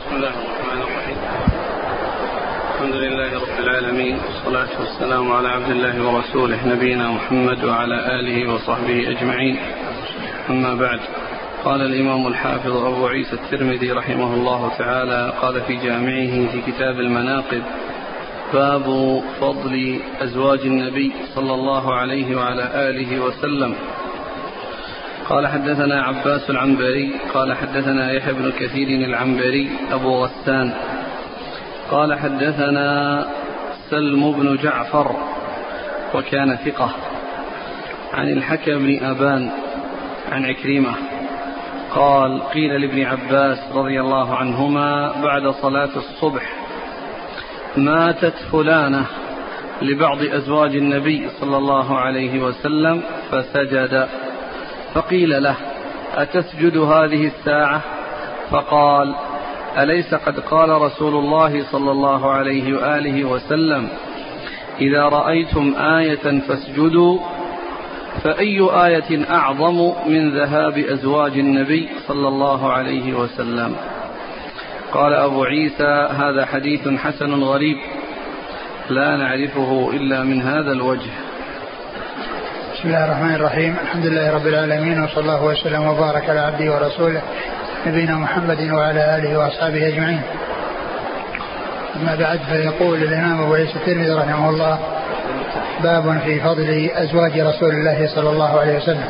بسم الله الرحمن الرحيم. الحمد لله رب العالمين، والصلاة والسلام على عبد الله ورسوله نبينا محمد وعلى آله وصحبه أجمعين. أما بعد، قال الإمام الحافظ أبو عيسى الترمذي رحمه الله تعالى قال في جامعه في كتاب المناقب: باب فضل أزواج النبي صلى الله عليه وعلى آله وسلم. قال حدثنا عباس العنبري قال حدثنا يحيى بن كثير العنبري أبو غسان قال حدثنا سلم بن جعفر وكان ثقة عن الحكم بن أبان عن عكرمة قال: قيل لابن عباس رضي الله عنهما بعد صلاة الصبح: ماتت فلانة لبعض أزواج النبي صلى الله عليه وسلم فسجد، فقيل له: أتسجد هذه الساعة؟ فقال: أليس قد قال رسول الله صلى الله عليه وآله وسلم: إذا رأيتم آية فاسجدوا؟ فأي آية أعظم من ذهاب أزواج النبي صلى الله عليه وسلم؟ قال أبو عيسى: هذا حديث حسن غريب لا نعرفه إلا من هذا الوجه. بسم الله الرحمن الرحيم. الحمد لله رب العالمين، وصلى الله وسلم وبارك على عبده ورسوله نبينا محمد وعلى آله وأصحابه أجمعين. أما بعد، فيقول الإمام أبو عيسى الترمذي رحمه الله: باب في فضل أزواج رسول الله صلى الله عليه وسلم.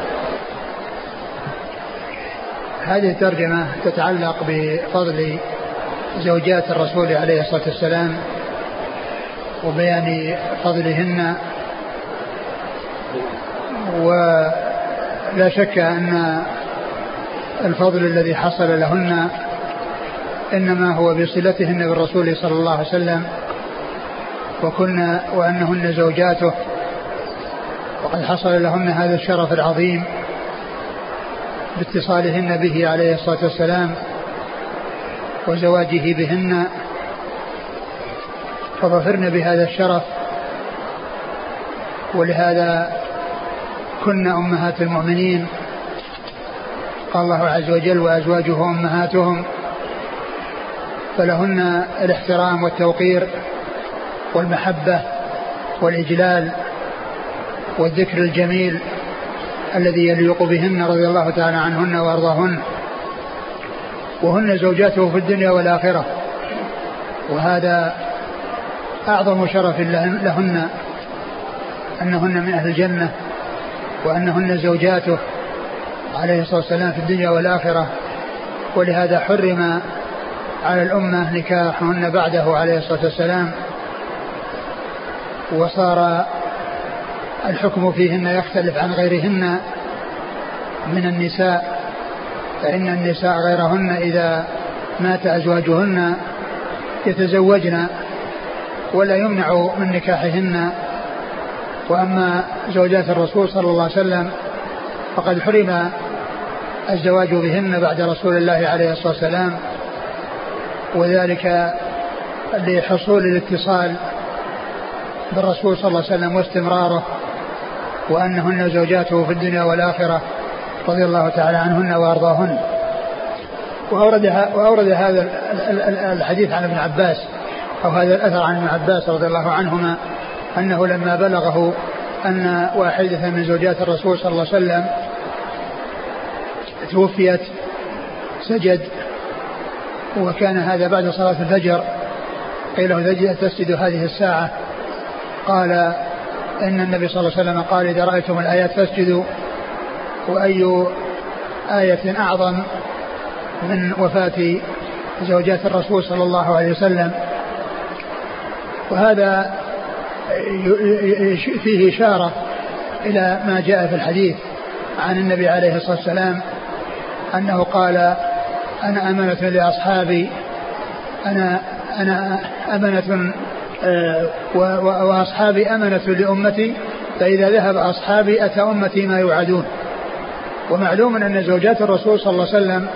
هذه الترجمة تتعلق بفضل زوجات الرسول عليه الصلاة والسلام وبيان فضلهن، ولا شك أن الفضل الذي حصل لهن إنما هو بصلتهن بالرسول صلى الله عليه وسلم وأنهن زوجاته، وقد حصل لهن هذا الشرف العظيم باتصالهن به عليه الصلاة والسلام وزواجه بهن، فظفرن بهذا الشرف. ولهذا كن أمهات المؤمنين، قال الله عز وجل: وأزواجه أمهاتهم، فلهن الاحترام والتوقير والمحبة والإجلال والذكر الجميل الذي يليق بهن رضي الله تعالى عنهن وأرضاهن، وهن زوجاته في الدنيا والآخرة، وهذا أعظم شرف لهن، أنهن من أهل الجنة وأنهن زوجاته عليه الصلاة والسلام في الدنيا والآخرة. ولهذا حرم على الأمة نكاحهن بعده عليه الصلاة والسلام، وصار الحكم فيهن يختلف عن غيرهن من النساء، فإن النساء غيرهن إذا مات أزواجهن يتزوجن ولا يمنع من نكاحهن، وأما زوجات الرسول صلى الله عليه وسلم فقد حرم الزواج بهن بعد رسول الله عليه الصلاة والسلام، وذلك لحصول الاتصال بالرسول صلى الله عليه وسلم واستمراره، وأنهن زوجاته في الدنيا والآخرة رضي الله تعالى عنهن وأرضاهن. وأورد هذا الحديث عن ابن عباس، أو هذا الأثر عن ابن عباس رضي الله عنهما، أنه لما بلغه أن واحدة من زوجات الرسول صلى الله عليه وسلم توفيت سجد، وكان هذا بعد صلاة الفجر، قيل له: تسجد هذه الساعة؟ قال: إن النبي صلى الله عليه وسلم قال: إذا رأيتم الآيات فاسجدوا. وأي آية أعظم من وفاة زوجات الرسول صلى الله عليه وسلم؟ وهذا فيه إشارة إلى ما جاء في الحديث عن النبي عليه الصلاة والسلام أنه قال: أنا أمانة لأصحابي، أنا أمانة وأصحابي أمانة لأمتي، فإذا ذهب أصحابي أتى أمتي ما يوعدون. ومعلوم أن زوجات الرسول صلى الله عليه وسلم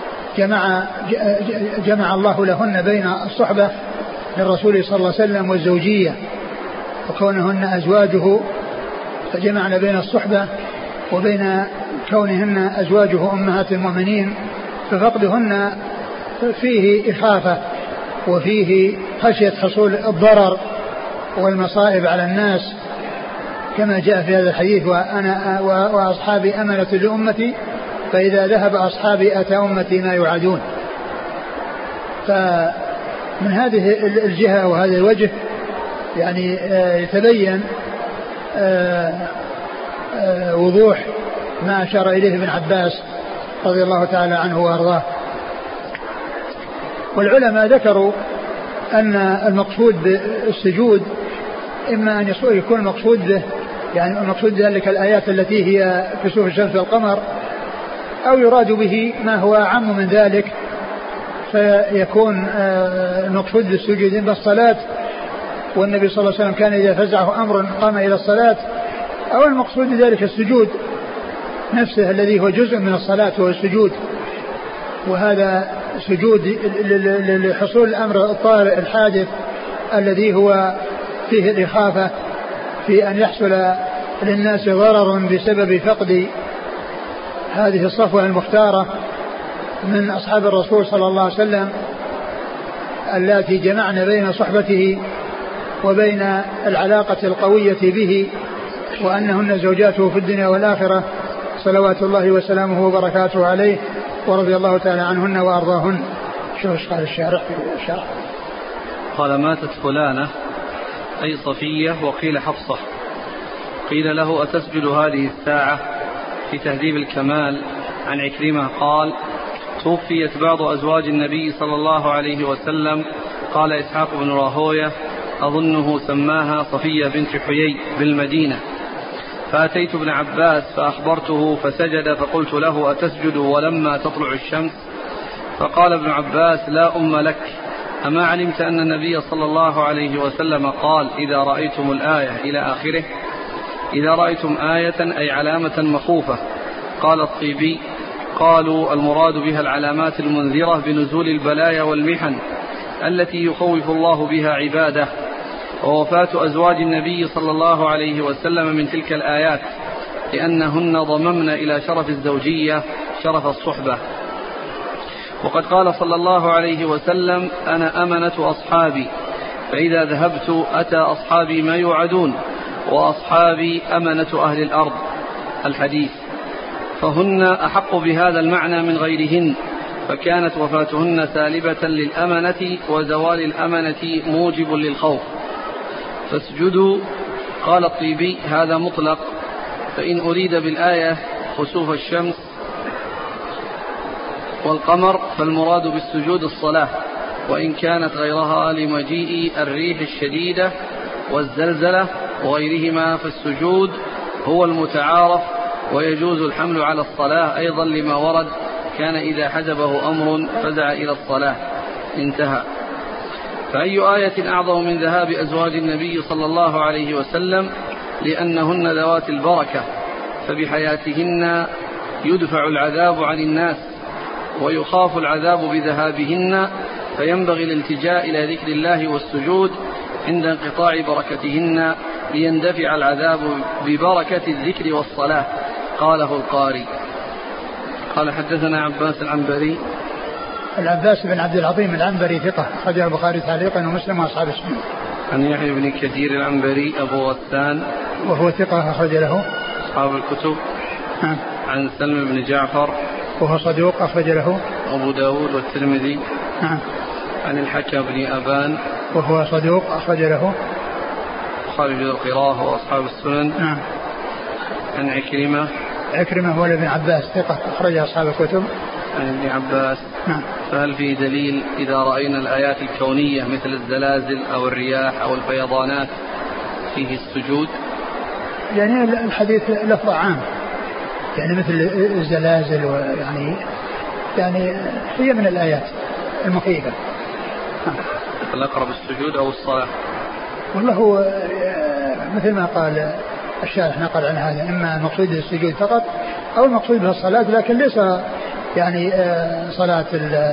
جمع الله لهن بين الصحبة للرسول صلى الله عليه وسلم والزوجية، وكونهن أزواجه فجمعنا بين الصحبة وبين كونهن أزواجه أمهات المؤمنين، ففقدهن فيه إخافة وفيه خشية حصول الضرر والمصائب على الناس، كما جاء في هذا الحديث: وأنا وأصحابي أمنة لأمتي، فإذا ذهب أصحابي أتى أمتي ما يوعدون. فمن هذه الجهة وهذا الوجه يعني يتبين وضوح ما أشار إليه ابن عباس رضي الله تعالى عنه وأرضاه. والعلماء ذكروا أن المقصود بالسجود إما أن يكون المقصود به يعني المقصود ذلك الآيات التي هي كسوف الشمس والقمر، أو يراد به ما هو أعم من ذلك، فيكون المقصود بالسجود إما الصلاة، والنبي صلى الله عليه وسلم كان إذا فزعه أمر قام إلى الصلاة، أو المقصود بذلك السجود نفسه الذي هو جزء من الصلاة وهو السجود، وهذا سجود لحصول الأمر الطارئ الحادث الذي هو فيه الإخافة في أن يحصل للناس ضرر بسبب فقد هذه الصفوة المختارة من أصحاب الرسول صلى الله عليه وسلم التي جمعنا بين صحبته وبين العلاقة القوية به، وأنهن زوجاته في الدنيا والآخرة صلوات الله وسلامه وبركاته عليه، ورضي الله تعالى عنهن وأرضاهن. شوف قال الشارع في الشرح: قال: ماتت فلانة أي صفية وقيل حفصة، قيل له: أتسجد هذه الساعة؟ في تهذيب الكمال عن عكرمة قال: توفيت بعض أزواج النبي صلى الله عليه وسلم. قال إسحاق بن راهوية: أظنه سماها صفية بنت حيي بالمدينة، فأتيت ابن عباس فأخبرته فسجد، فقلت له: أتسجد ولما تطلع الشمس؟ فقال ابن عباس: لا أم لك، أما علمت أن النبي صلى الله عليه وسلم قال: إذا رأيتم الآية إلى آخره، إذا رأيتم آية أي علامة مخوفة. قال الطيبي: قالوا المراد بها العلامات المنذرة بنزول البلايا والمحن التي يخوف الله بها عباده، ووفاة أزواج النبي صلى الله عليه وسلم من تلك الآيات، لأنهن ضممن إلى شرف الزوجية شرف الصحبة. وقد قال صلى الله عليه وسلم: أنا أمنة أصحابي، فإذا ذهبت أتى أصحابي ما يوعدون، وأصحابي أمنة أهل الأرض. الحديث. فهن أحق بهذا المعنى من غيرهن، فكانت وفاتهن سالبة للأمنة، وزوال الأمنة موجب للخوف. فاسجدوا. قال الطيبي: هذا مطلق، فإن أريد بالآية خسوف الشمس والقمر فالمراد بالسجود الصلاة، وإن كانت غيرها لمجيء الريح الشديدة والزلزلة وغيرهما فالسجود هو المتعارف، ويجوز الحمل على الصلاة أيضا لما ورد: كان إذا حجبه أمر فزع إلى الصلاة. انتهى. فأي آية أعظم من ذهاب أزواج النبي صلى الله عليه وسلم، لأنهن ذوات البركة، فبحياتهن يدفع العذاب عن الناس، ويخاف العذاب بذهابهن، فينبغي الالتجاء إلى ذكر الله والسجود عند انقطاع بركتهن، ليندفع العذاب ببركة الذكر والصلاة. قاله القاري. قال: حدثنا عباس العنبري. العباس بن عبد العظيم العنبري ثقة، أخرجه البخاري تعليقا ومسلم وأصحاب السنن. عن يحيى بن كثير العنبري أبو غسان، وهو ثقة، أخرج له أصحاب الكتب. عن سلم بن جعفر، وهو صدوق، أخرج له أبو داود والترمذي. عن الحكم بن أبان، وهو صدوق، أخرج له خارج القراءة وأصحاب السنن. عن عكرمة هو ابن عباس ثقة، أخرج أصحاب الكتب. عن ابن عباس. فهل في دليل إذا رأينا الآيات الكونية مثل الزلازل أو الرياح أو الفيضانات فيه السجود؟ يعني الحديث لفظ عام، يعني مثل الزلازل، يعني هي من الآيات المخيفة. الأقرب السجود أو الصلاة؟ والله هو مثل ما قال الشارح نقل عن هذا، إما المقصود السجود فقط أو المقصود بها الصلاة، لكن ليس يعني صلاة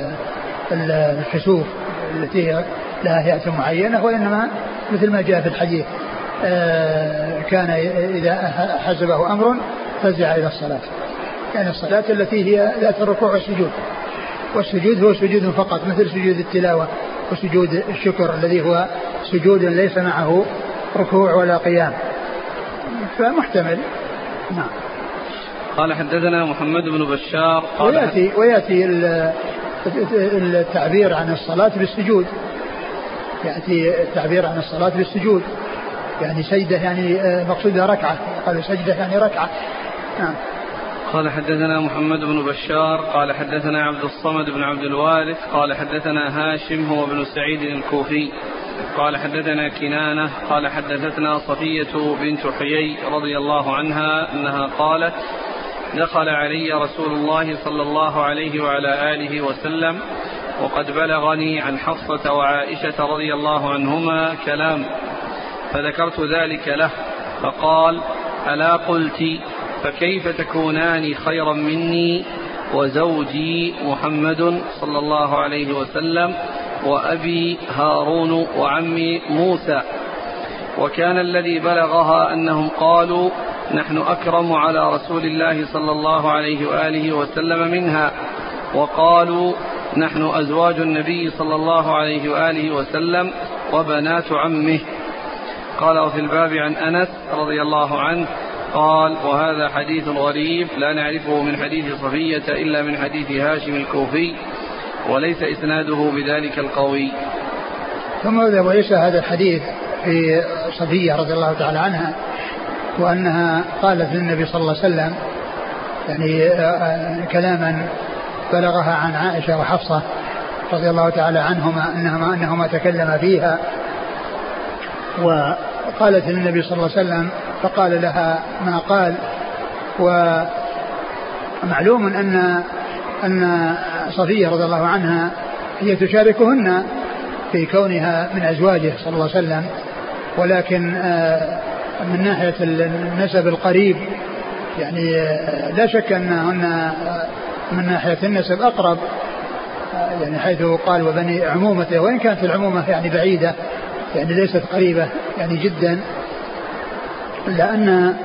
الكسوف التي لها هيئة معينة، وإنما مثل ما جاء في الحديث: كان إذا حزبه أمر فزع إلى الصلاة، يعني الصلاة التي هي ذات الركوع والسجود. والسجود هو سجود فقط مثل سجود التلاوة وسجود الشكر الذي هو سجود ليس معه ركوع ولا قيام، فمحتمل. نعم. قال حدثنا محمد بن بشار ويأتي التعبير عن الصلاة بالسجود، يأتي التعبير عن الصلاة بالسجود، يعني سجدة يعني مقصودها ركعة، قالوا سجدة يعني ركعة. نعم. قال حدثنا محمد بن بشار قال حدثنا عبد الصمد بن عبد الوارث قال حدثنا هاشم هو بن سعيد الكوفي قال حدثنا كنانة قال حدثتنا صفية بنت حيي رضي الله عنها أنها قالت دخل علي رسول الله صلى الله عليه وعلى آله وسلم وقد بلغني عن حفصة وعائشة رضي الله عنهما كلام، فذكرت ذلك له فقال ألا قلت فكيف تكونان خيرا مني وزوجي محمد صلى الله عليه وسلم وأبي هارون وعمي موسى. وكان الذي بلغها أنهم قالوا نحن أكرم على رسول الله صلى الله عليه وآله وسلم منها، وقالوا نحن أزواج النبي صلى الله عليه وآله وسلم وبنات عمه. قال في الباب عن أنس رضي الله عنه قال وهذا حديث غريب لا نعرفه من حديث صفية إلا من حديث هاشم الكوفي وليس إسناده بذلك القوي. ثم وليس هذا الحديث في صفية رضي الله تعالى عنها وأنها قالت للنبي صلى الله عليه وسلم يعني كلاما بلغها عن عائشة وحفصة رضي الله تعالى عنهما أنهما تكلما فيها، وقالت للنبي صلى الله عليه وسلم فقال لها ما قال. ومعلوم أن صفية رضي الله عنها هي تشاركهن في كونها من أزواجه صلى الله عليه وسلم، ولكن من ناحية النسب القريب يعني لا شك أنهن من ناحية النسب أقرب، يعني حيث قال وبني عمومته، وإن كانت العمومة يعني بعيدة يعني ليست قريبة يعني جدا، لأن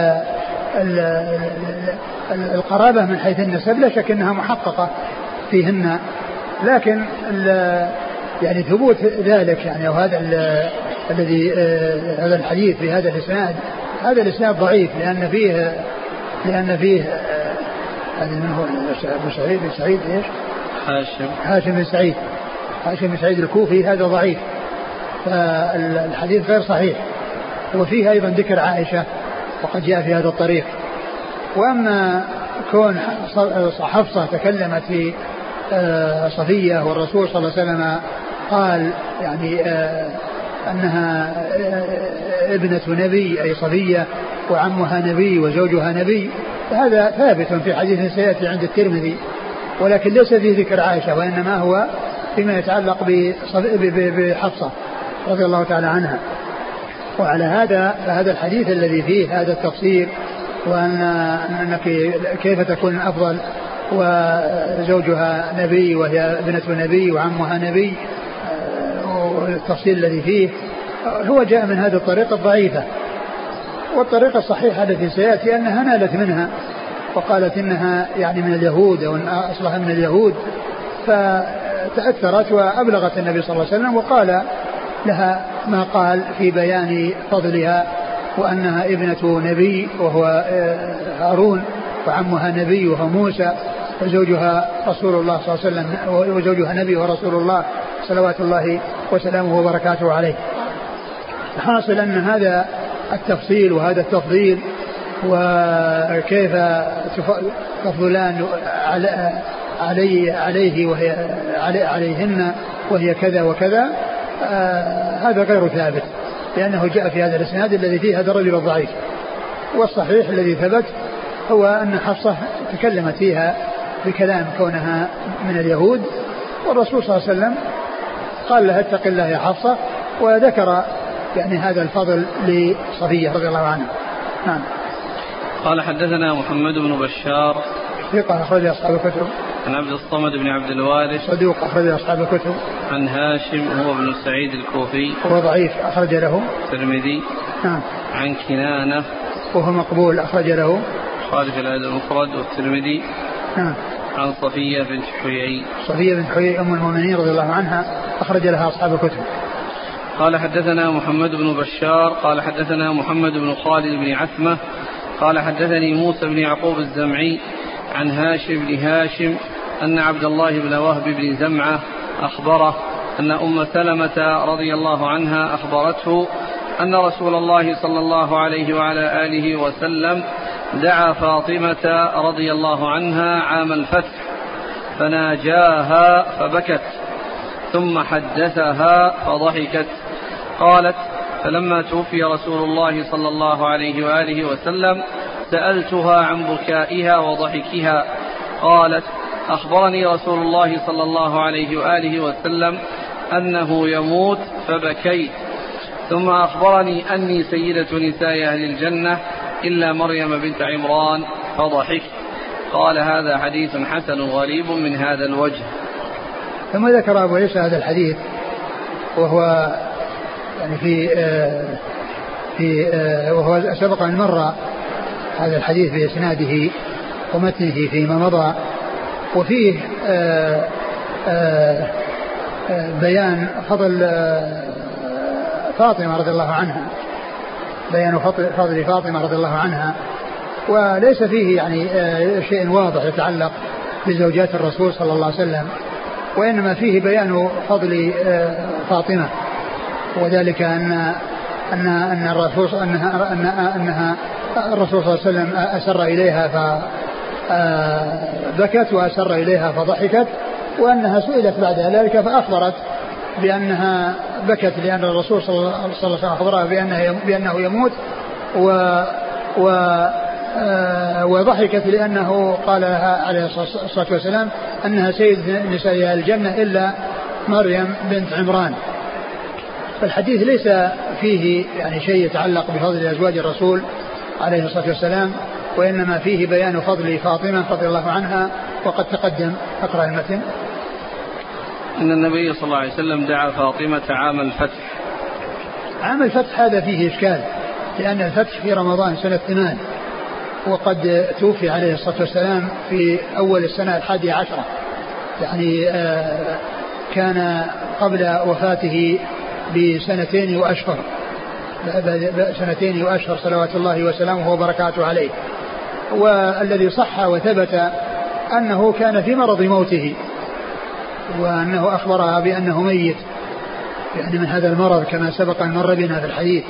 القرابة من حيث النسب لا شك أنها محققة فيهن، لكن يعني ثبوت ذلك يعني أو هذا الذي هذا الحديث في هذا الإسناد، هذا الإسناد ضعيف لأن فيه هذا من هو أبو سعيد إيش؟ هاشم بن سعيد الكوفي، هذا ضعيف، فالحديث غير صحيح. وفيه أيضا ذكر عائشة وقد جاء في هذا الطريق. وأما كون حفصة تكلمت في صفية والرسول صلى الله عليه وسلم قال يعني أنها ابنة نبي أي صفية وعمها نبي وزوجها نبي، فهذا ثابت في حديث سيأتي عند الترمذي، ولكن ليس فيه ذكر عائشة، وإنما هو فيما يتعلق بحفصة رضي الله تعالى عنها. وعلى هذا الحديث الذي فيه هذا التفصيل وأنك كيف تكون أفضل وزوجها نبي وهي ابنة نبي وعمها نبي، والتفصيل الذي فيه هو جاء من هذه الطريقة الضعيفة. والطريقة الصحيحة التي سيأتي أنها نالت منها وقالت إنها يعني من اليهود أو أصلها من اليهود، فتأثرت وأبلغت النبي صلى الله عليه وسلم وقال لها ما قال في بيان فضلها وأنها ابنة نبي وهو هارون وعمها نبي وهو موسى وزوجها رسول الله صلى الله عليه وسلم وزوجها نبي ورسول الله صلوات الله وسلامه وبركاته عليه. حاصل أن هذا التفصيل وهذا التفضيل وكيف تفضلان عليه وهي عليهن وهي كذا وكذا، هذا غير ثابت، لأنه جاء في هذا الإسناد الذي فيه هذا الرجل الضعيف. والصحيح الذي ثبت هو أن حفصة تكلمت فيها بكلام كونها من اليهود، والرسول صلى الله عليه وسلم قال لها اتق الله يا حفصة، وذكر يعني هذا الفضل لصفية رضي الله عنها. نعم. قال حدثنا محمد بن بشار ثقة أخرج أصحاب الكتب. عن عبد الصمد بن عبد الوارث صدوق أخرج أصحاب الكتب. عن هاشم هو بن سعيد الكوفي هو ضعيف أخرج له الترمذي. نعم. عن كنانة وهو مقبول أخرج له خالف الأدب المفرد والترمذي. نعم. عن صفية بنت حيي. صفية بنت حيي أم المؤمنين رضي الله عنها أخرج لها أصحاب الكتب. قال حدثنا محمد بن بشار قال حدثنا محمد بن خالد بن عثمة قال حدثني موسى بن يعقوب الزمعي عن هاشم بن هاشم أن عبد الله بن وهب بن زمعة أخبره أن أم سلمة رضي الله عنها أخبرته أن رسول الله صلى الله عليه وعلى آله وسلم دعا فاطمة رضي الله عنها عام الفتح فناجاها فبكت ثم حدثها فضحكت. قالت فلما توفي رسول الله صلى الله عليه وآله وسلم سألتها عن بكائها وضحكها قالت أخبرني رسول الله صلى الله عليه وآله وسلم أنه يموت فبكيت ثم أخبرني أني سيدة نساء أهل الجنة إلا مريم بنت عمران فضحكت. قال هذا حديث حسن غريب من هذا الوجه. ثم ذكر أبو عيسى هذا الحديث وهو يعني وهو سبق أن مر هذا الحديث بإسناده ومتنه فيما مضى وفيه بيان فضل فاطمة رضي الله عنها بيان فضل فاطمة رضي الله عنها وليس فيه يعني شيء واضح يتعلق بزوجات الرسول صلى الله عليه وسلم وإنما فيه بيان فضل فاطمة وذلك أن الرسول أنها الرسول صلى الله عليه وسلم أسر إليها فبكت وأسر إليها فضحكت وأنها سئلت بعد ذلك فأخبرت بأنها بكت لأن الرسول صلى الله عليه وسلم أخبرها بأنه يموت وضحكت لأنه قال لها عليه الصلاة والسلام أنها سيد نساء الجنة إلا مريم بنت عمران. فالحديث ليس فيه يعني شيء يتعلق بفضل أزواج الرسول عليه الصلاة والسلام وإنما فيه بيان فضل فاطمة رضي الله عنها وقد تقدم. أقرأ المتن. أن النبي صلى الله عليه وسلم دعا فاطمة عام الفتح. عام الفتح هذا فيه إشكال لأن الفتح في رمضان سنة 8 وقد توفي عليه الصلاة والسلام في أول السنة 11 يعني كان قبل وفاته بسنتين وأشهر صلوات الله وسلامه وبركاته عليه. والذي صح وثبت أنه كان في مرض موته وأنه أخبرها بأنه ميت يعني من هذا المرض كما سبق أن مر بنا في الحديث.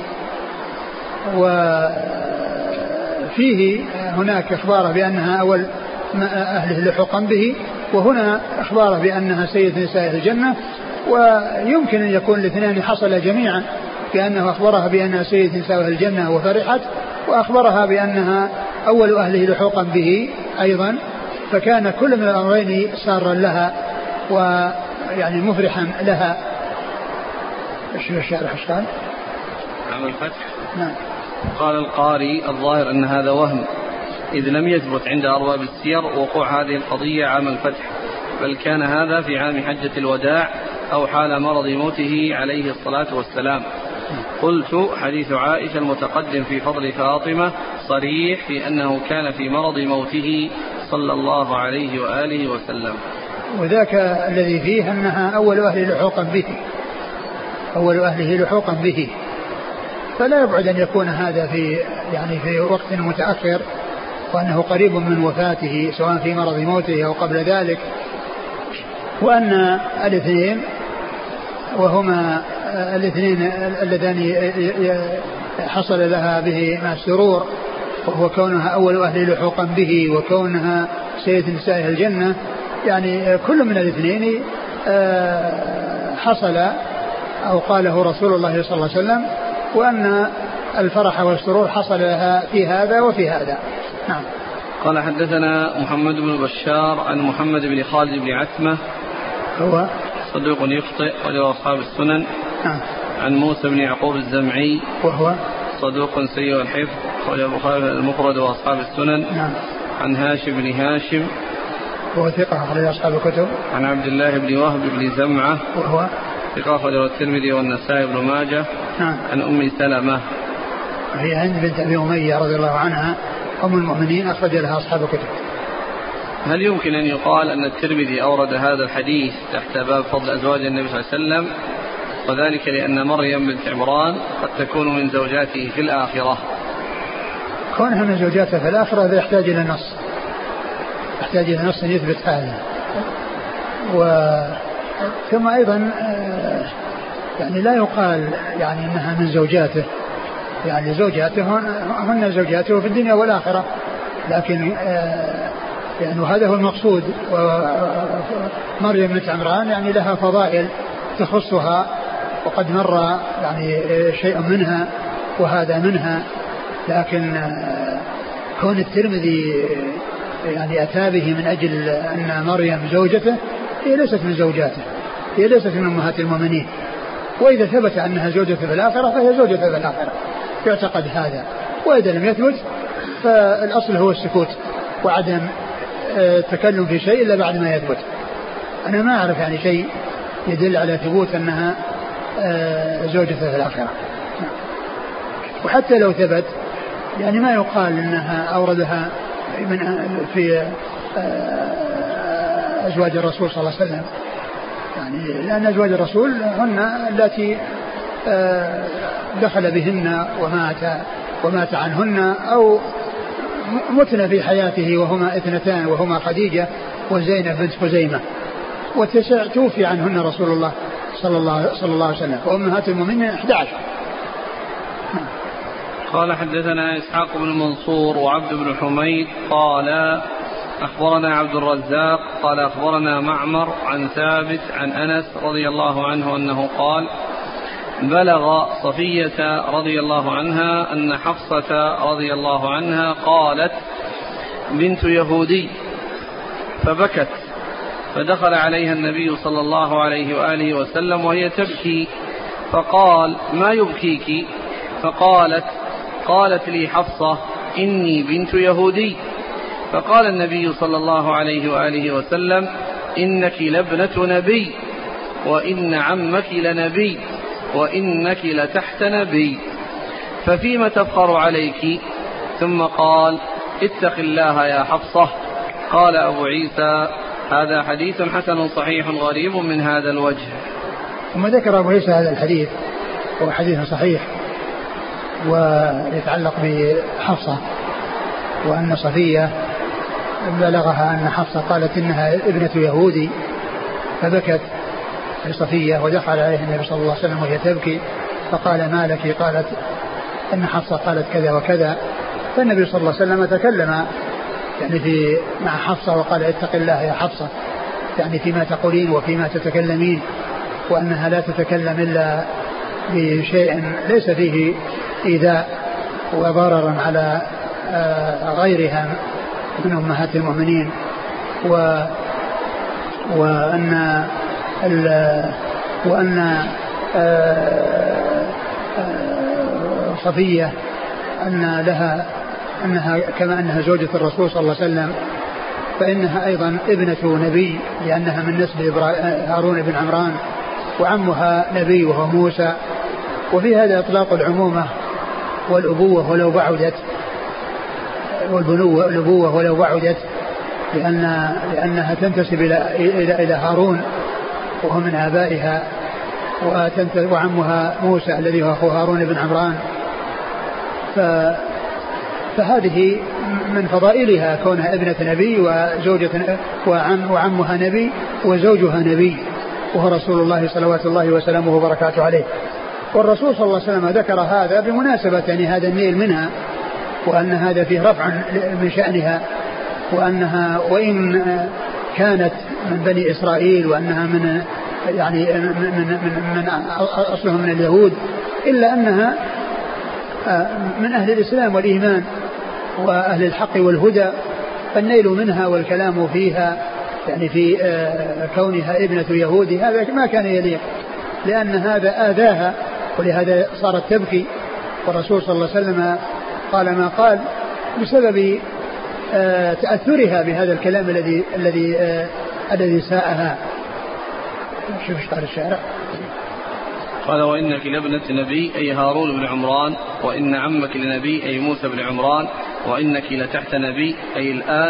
وفيه هناك إخباره بأنها أول أهله لحقا به وهنا إخباره بأنها سيد نساء الجنة ويمكن أن يكون الاثنين حصل جميعا بأنه أخبرها بأنها سيد نساء الجنة وفرحت وأخبرها بأنها أول أهله لحقا به أيضا فكان كل من الأمرين سارا لها ويعني مفرحا لها. ايش الشارح ايش قال؟ عام الفتح. نعم. قال القاري الظاهر أن هذا وهم إذ لم يثبت عند أرباب السير وقوع هذه القضية عام الفتح بل كان هذا في عام حجة الوداع أو حال مرض موته عليه الصلاة والسلام. قلت حديث عائشة المتقدم في فضل فاطمة صريح في أنه كان في مرض موته صلى الله عليه وآله وسلم. وذاك الذي فيه أنها أول أهله لحوقا به فلا يبعد أن يكون هذا في وقت متأخر وأنه قريب من وفاته سواء في مرض موته أو قبل ذلك وأن الاثنين وهما الاثنين اللذان حصل لها به مع السرور وهو كونها أول أهل لحوقا به وكونها سيد نساء الجنة يعني كل من الاثنين حصل أو قاله رسول الله صلى الله عليه وسلم وأن الفرح والسرور حصل لها في هذا وفي هذا. نعم. قال حدثنا محمد بن بشار عن محمد بن خالد بن عثمة هو صدوق يخطئ وله أصحاب السنن. نعم. عن موسى بن يعقوب الزمعي وهو صدوق سيء الحفظ وله البخاري المفرد وأصحاب السنن. نعم. عن هاشم بن هاشم وهو ثقة أخرج أصحاب الكتب. عن عبد الله بن وهب بن زمعة وهو ثقة أخرج الترمذي والنسائي بن ماجه. نعم. عن أم سلمة هي هند بنت أبي أمية رضي الله عنها أم المؤمنين أخرج لها أصحاب الكتب. هل يمكن أن يقال أن الترمذي أورد هذا الحديث تحت باب فضل أزواج النبي صلى الله عليه وسلم، وذلك لأن مريم بنت عمران قد تكون من زوجاته في الآخرة؟ كونها من زوجاته في الآخرة هذا يحتاج إلى نص، يحتاج إلى نص يثبت هذا. ثم أيضا يعني لا يقال يعني أنها من زوجاته، يعني زوجاته هن زوجاته في الدنيا والآخرة، لكن يعني هذا هو المقصود. ومريم بنت عمران يعني لها فضائل تخصها، وقد مر يعني شيء منها وهذا منها، لكن كون الترمذي يعني أتى به من أجل أن مريم زوجته، هي ليست من زوجاته، هي ليست من أمهات المؤمنين. وإذا ثبت أنها زوجته في الآخرة فهي زوجته في الآخرة، يعتقد هذا. وإذا لم يثبت فالأصل هو السكوت وعدم التكلم في شيء إلا بعد ما يثبت. أنا ما أعرف يعني شيء يدل على ثبوت أنها زوجته في الآخرة. وحتى لو ثبت يعني ما يقال أنها أوردها في أزواج الرسول صلى الله عليه وسلم، يعني لأن أزواج الرسول هن التي دخل بهن ومات عنهن أو متن في حياته، وهما اثنتان، وهما خديجة وزينب بنت خزيمة، وتسع توفي عنهن رسول الله صلى الله عليه وسلم، وأمهات المؤمنين 11. قال حدثنا إسحاق بن منصور وعبد بن حميد قال أخبرنا عبد الرزاق قال أخبرنا معمر عن ثابت عن أنس رضي الله عنه أنه قال بلغ صفية رضي الله عنها أن حفصة رضي الله عنها قالت بنت يهودي، فبكت، فدخل عليها النبي صلى الله عليه وآله وسلم وهي تبكي، فقال ما يبكيك؟ قالت لي حفصة إني بنت يهودي. فقال النبي صلى الله عليه وآله وسلم إنك لابنة نبي، وإن عمك لنبي، وإنك لتحت نبي، ففيما تفخر عليك؟ ثم قال اتق الله يا حفصة. قال أبو عيسى هذا حديث حسن صحيح غريب من هذا الوجه. ثم ذكر أبو عيسى هذا الحديث، هو حديث صحيح ويتعلق بحفصة، وأن صفية بلغها أن حفصة قالت إنها ابنة يهودي، فبكت صفية ودخل عليها النبي صلى الله عليه وسلم وهي تبكي، فقال ما لك؟ قالت إن حفصة قالت كذا وكذا. فالنبي صلى الله عليه وسلم تكلم يعني مع حفصة وقال اتق الله يا حفصة، يعني فيما تقولين وفيما تتكلمين، وأنها لا تتكلم إلا بشيء ليس فيه إيذاء وضررا على غيرها من أمهات المؤمنين، وأن صفية أن لها أنها كما أنها زوجة الرسول صلى الله عليه وسلم فإنها أيضا ابنة نبي، لأنها من نسل هارون بن عمران، وعمها نبي وهو موسى. وفي هذا إطلاق العمومة والأبوة ولو بعدت، والأبوة ولو بعدت، لأنها تنتسب إلى هارون وهو من آبائها، وعمها موسى الذي هو أخو هارون بن عمران. فهذه من فضائلها كونها ابنة نبي وعمها نبي وزوجها نبي، وهو رسول الله صلوات الله وسلامه وبركاته عليه. والرسول صلى الله عليه وسلم ذكر هذا بمناسبة يعني هذا النيل منها، وأن هذا فيه رفع من شأنها، وأنها وإن كانت من بني إسرائيل وأنها من يعني من أصلها من اليهود، إلا أنها من أهل الإسلام والإيمان وأهل الحق والهدى، فالنيل منها والكلام فيها يعني في كونها ابنة يهودي هذا ما كان يليق، لأن هذا آذاها، ولهذا صارت تبكي. والرسول صلى الله عليه وسلم قال ما قال بسبب تأثرها بهذا الكلام الذي ساءها. شوف ايش قال الشارع. قال وإنك لابنة نبي أي هارون بن عمران، وإن عمك لنبي أي موسى بن عمران، وإنك لتحت نبي أي الآن،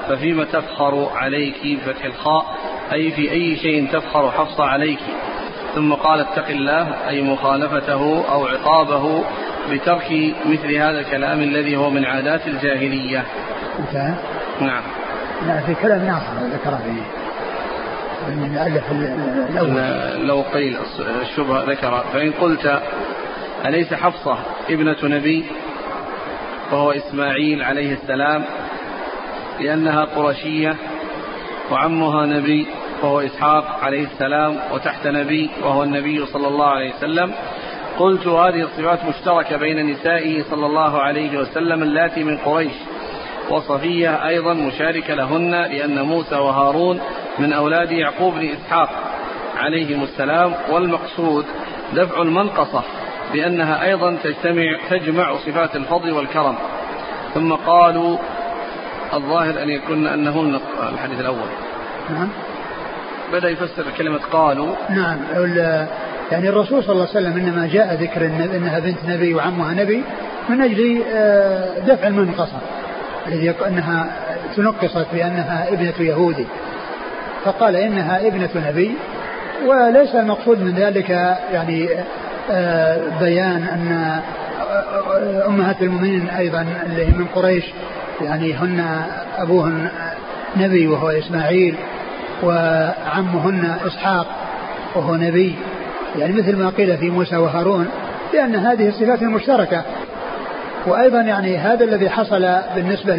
ففيما تفخر عليك بفتح الخاء أي في أي شيء تفخر حفصة عليك. ثم قال اتق الله أي مخالفته أو عقابه بترك مثل هذا الكلام الذي هو من عادات الجاهلية. نعم. لا في كلام آخر ذكر فيه من الألف الأول لو قيل الشبهة ذكر فإن قلت أليس حفصة ابنة نبي وهو إسماعيل عليه السلام لأنها قرشية وعمها نبي وهو إسحاق عليه السلام وتحت نبي وهو النبي صلى الله عليه وسلم قلت هذه الصفات مشتركة بين نسائه صلى الله عليه وسلم اللاتي من قريش وصفية أيضا مشاركة لهن لأن موسى وهارون من أولاد يعقوب بن إسحاق عليهم السلام والمقصود دفع المنقصة بأنها أيضا تجمع صفات الفضل والكرم. ثم قالوا الظاهر أن يكون أنهن الحديث الأول بدأ يفسر كلمة قالوا. نعم يعني الرسول صلى الله عليه وسلم إنما جاء ذكر أنها بنت نبي وعمها نبي من أجل دفع المنقصة الذي أنها تنقصت بأنها ابنة يهودي فقال إنها ابنة نبي وليس المقصود من ذلك يعني بيان أن أمهات المؤمنين أيضا اللي من قريش يعني هن أبوهن نبي وهو إسماعيل وعمهن إسحاق وهو نبي يعني مثل ما قيل في موسى وهارون لأن هذه الصفات المشتركة. وأيضا يعني هذا الذي حصل بالنسبة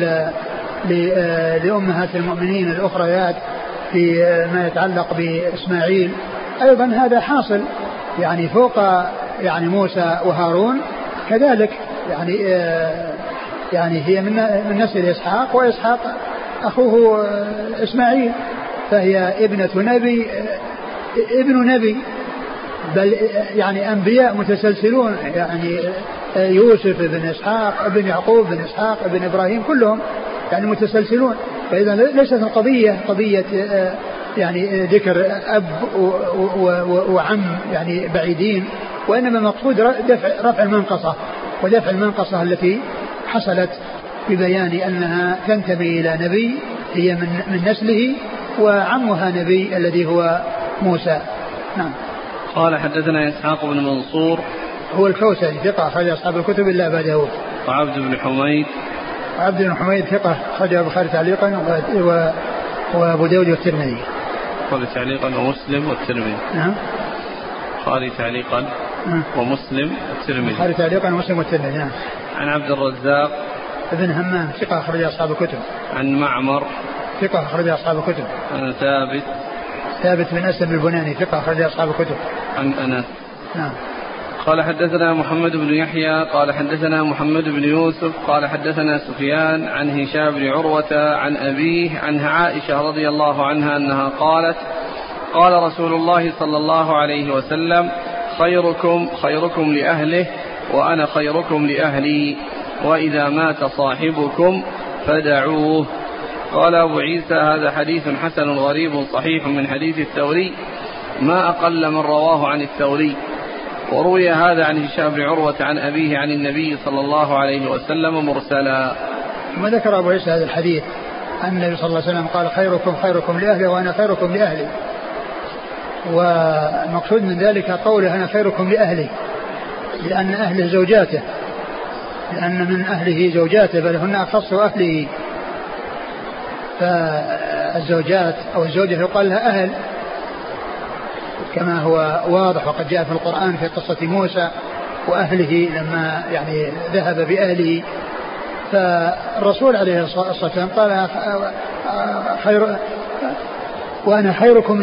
لأمهات المؤمنين الأخريات في ما يتعلق بإسماعيل أيضا هذا حاصل يعني فوق يعني موسى وهارون كذلك يعني هي من نسل إسحاق وإسحاق أخوه إسماعيل فهي ابنة نبي ابن نبي بل يعني أنبياء متسلسلون يعني يوسف بن إسحاق ابن يعقوب بن إسحاق ابن إبراهيم كلهم يعني متسلسلون. فإذا ليست القضية قضية يعني ذكر أب وعم يعني بعيدين وإنما مقصود رفع المنقصة ودفع المنقصة التي حصلت ببيان أنها تنتمي إلى نبي هي من نسله وعمها نبي الذي هو موسى. نعم. قال حدثنا إسحاق بن منصور هو الكوسري ثقة أخرج أصحاب الكتب إلا أبا داود. وعبد بن حميد وعبد بن حميد ثقة أخرج البخاري تعليقا وأبو داود والترمذي. البخاري تعليقا ومسلم والترمذي. نعم. البخاري تعليقا ومسلم والترمذي. البخاري تعليقا ومسلم والترمذي. نعم. عن عبد الرزاق ابن همام ثقة أخرج أصحاب الكتب. عن معمر ثقة أخرج أصحاب الكتب. عن ثابت بن أسلم البناني ثقة أخرج أصحاب الكتب. عن أنس. نعم. قال حدثنا محمد بن يحيى قال حدثنا محمد بن يوسف قال حدثنا سفيان عن هشام بن عروة عن أبيه عن عائشة رضي الله عنها أنها قالت قال رسول الله صلى الله عليه وسلم خيركم لأهله وأنا خيركم لأهلي وإذا مات صاحبكم فدعوه. قال أبو عيسى هذا حديث حسن غريب صحيح من حديث الثوري ما أقل من رواه عن الثوري. وروي هذا عن هشام بن عروة عن أبيه عن النبي صلى الله عليه وسلم مرسلا. ما ذكر أبو عيسى هذا الحديث أن النبي صلى الله عليه وسلم قال خيركم لأهلي وأنا خيركم لأهلي والمقصود من ذلك قوله أنا خيركم لأهلي لأن أهله زوجاته لأن من أهله زوجاته بل هن أخص أهله فالزوجات أو الزوجة يقال لها أهل كما هو واضح وقد جاء في القرآن في قصة موسى وأهله لما يعني ذهب بأهله فالرسول عليه الصلاة والسلام قال وأنا خيركم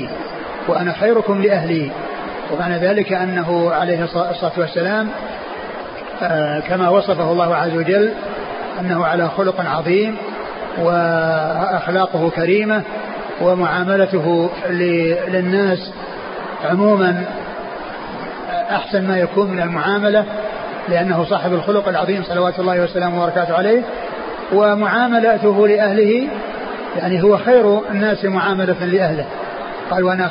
لأهلي ومعنى ذلك أنه عليه الصلاة والسلام كما وصفه الله عز وجل أنه على خلق عظيم وأخلاقه كريمة ومعاملته للناس عموما أحسن ما يكون من المعاملة لأنه صاحب الخلق العظيم صلوات الله وسلامه وبركاته عليه ومعاملته لأهله يعني هو خير الناس معاملة لأهله قال وأنا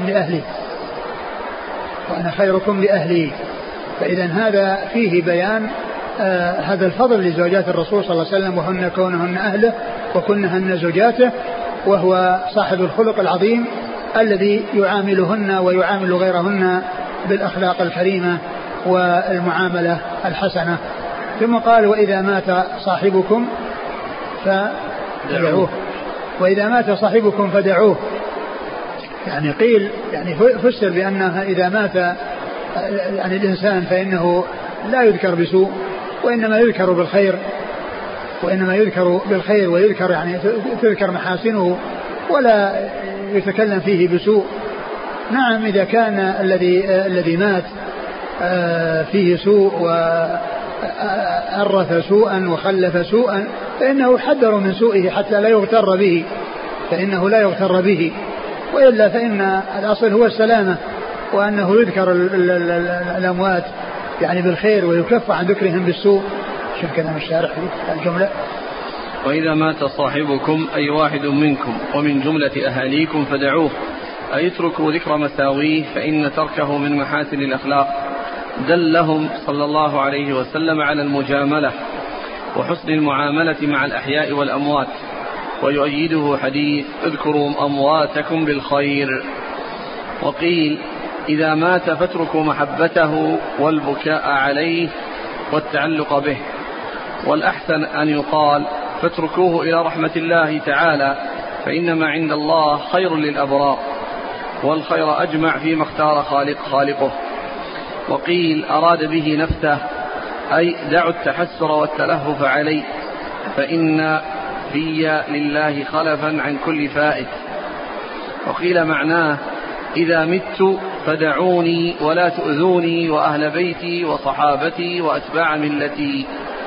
خيركم لأهلي فإذا هذا فيه بيان هذا الفضل لزوجات الرسول صلى الله عليه وسلم وهن كونهن أهله وكنهن زوجاته، وهو صاحب الخلق العظيم الذي يعاملهن ويعامل غيرهن بالأخلاق الكريمة والمعاملة الحسنة. ثم قال وإذا مات صاحبكم فدعوه، وإذا مات صاحبكم فدعوه. يعني قيل يعني فسر بأنها إذا مات يعني الإنسان فإنه لا يذكر بسوء، وإنما يذكر بالخير، ويذكر يعني تذكر محاسنه ولا يتكلم فيه بسوء. نعم إذا كان الذي مات فيه سوء وأرث سوءا وخلف سوءا فإنه يحذر من سوءه حتى لا يغتر به، فإنه لا يغتر به، وإلا فإن الأصل هو السلامة، وأنه يذكر الأموات يعني بالخير ويكف عن ذكرهم بالسوء. شوف كلام الشارح في الجملة. وإذا مات صاحبكم أي واحد منكم ومن جملة أهاليكم فدعوه، أي اتركوا ذكر مساويه فإن تركه من محاسن الأخلاق. دلهم صلى الله عليه وسلم على المجاملة وحسن المعاملة مع الأحياء والأموات، ويؤيده حديث اذكروا أمواتكم بالخير. وقيل إذا مات فاتركوا محبته والبكاء عليه والتعلق به، والأحسن أن يقال فاتركوه إلى رحمة الله تعالى، فإنما عند الله خير للأبرار، والخير أجمع فيما اختار خالقه. وقيل أراد به نفسه، أي دعوا التحسر والتلهف عليه، فإن في لله خلفا عن كل فائت. وقيل معناه إذا مت فدعوني ولا تؤذوني وأهل بيتي وصحابتي وأتباع ملتي.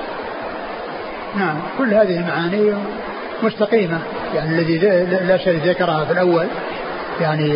نعم كل هذه معاني مستقيمة، يعني الذي لا شيء ذكرها في الأول يعني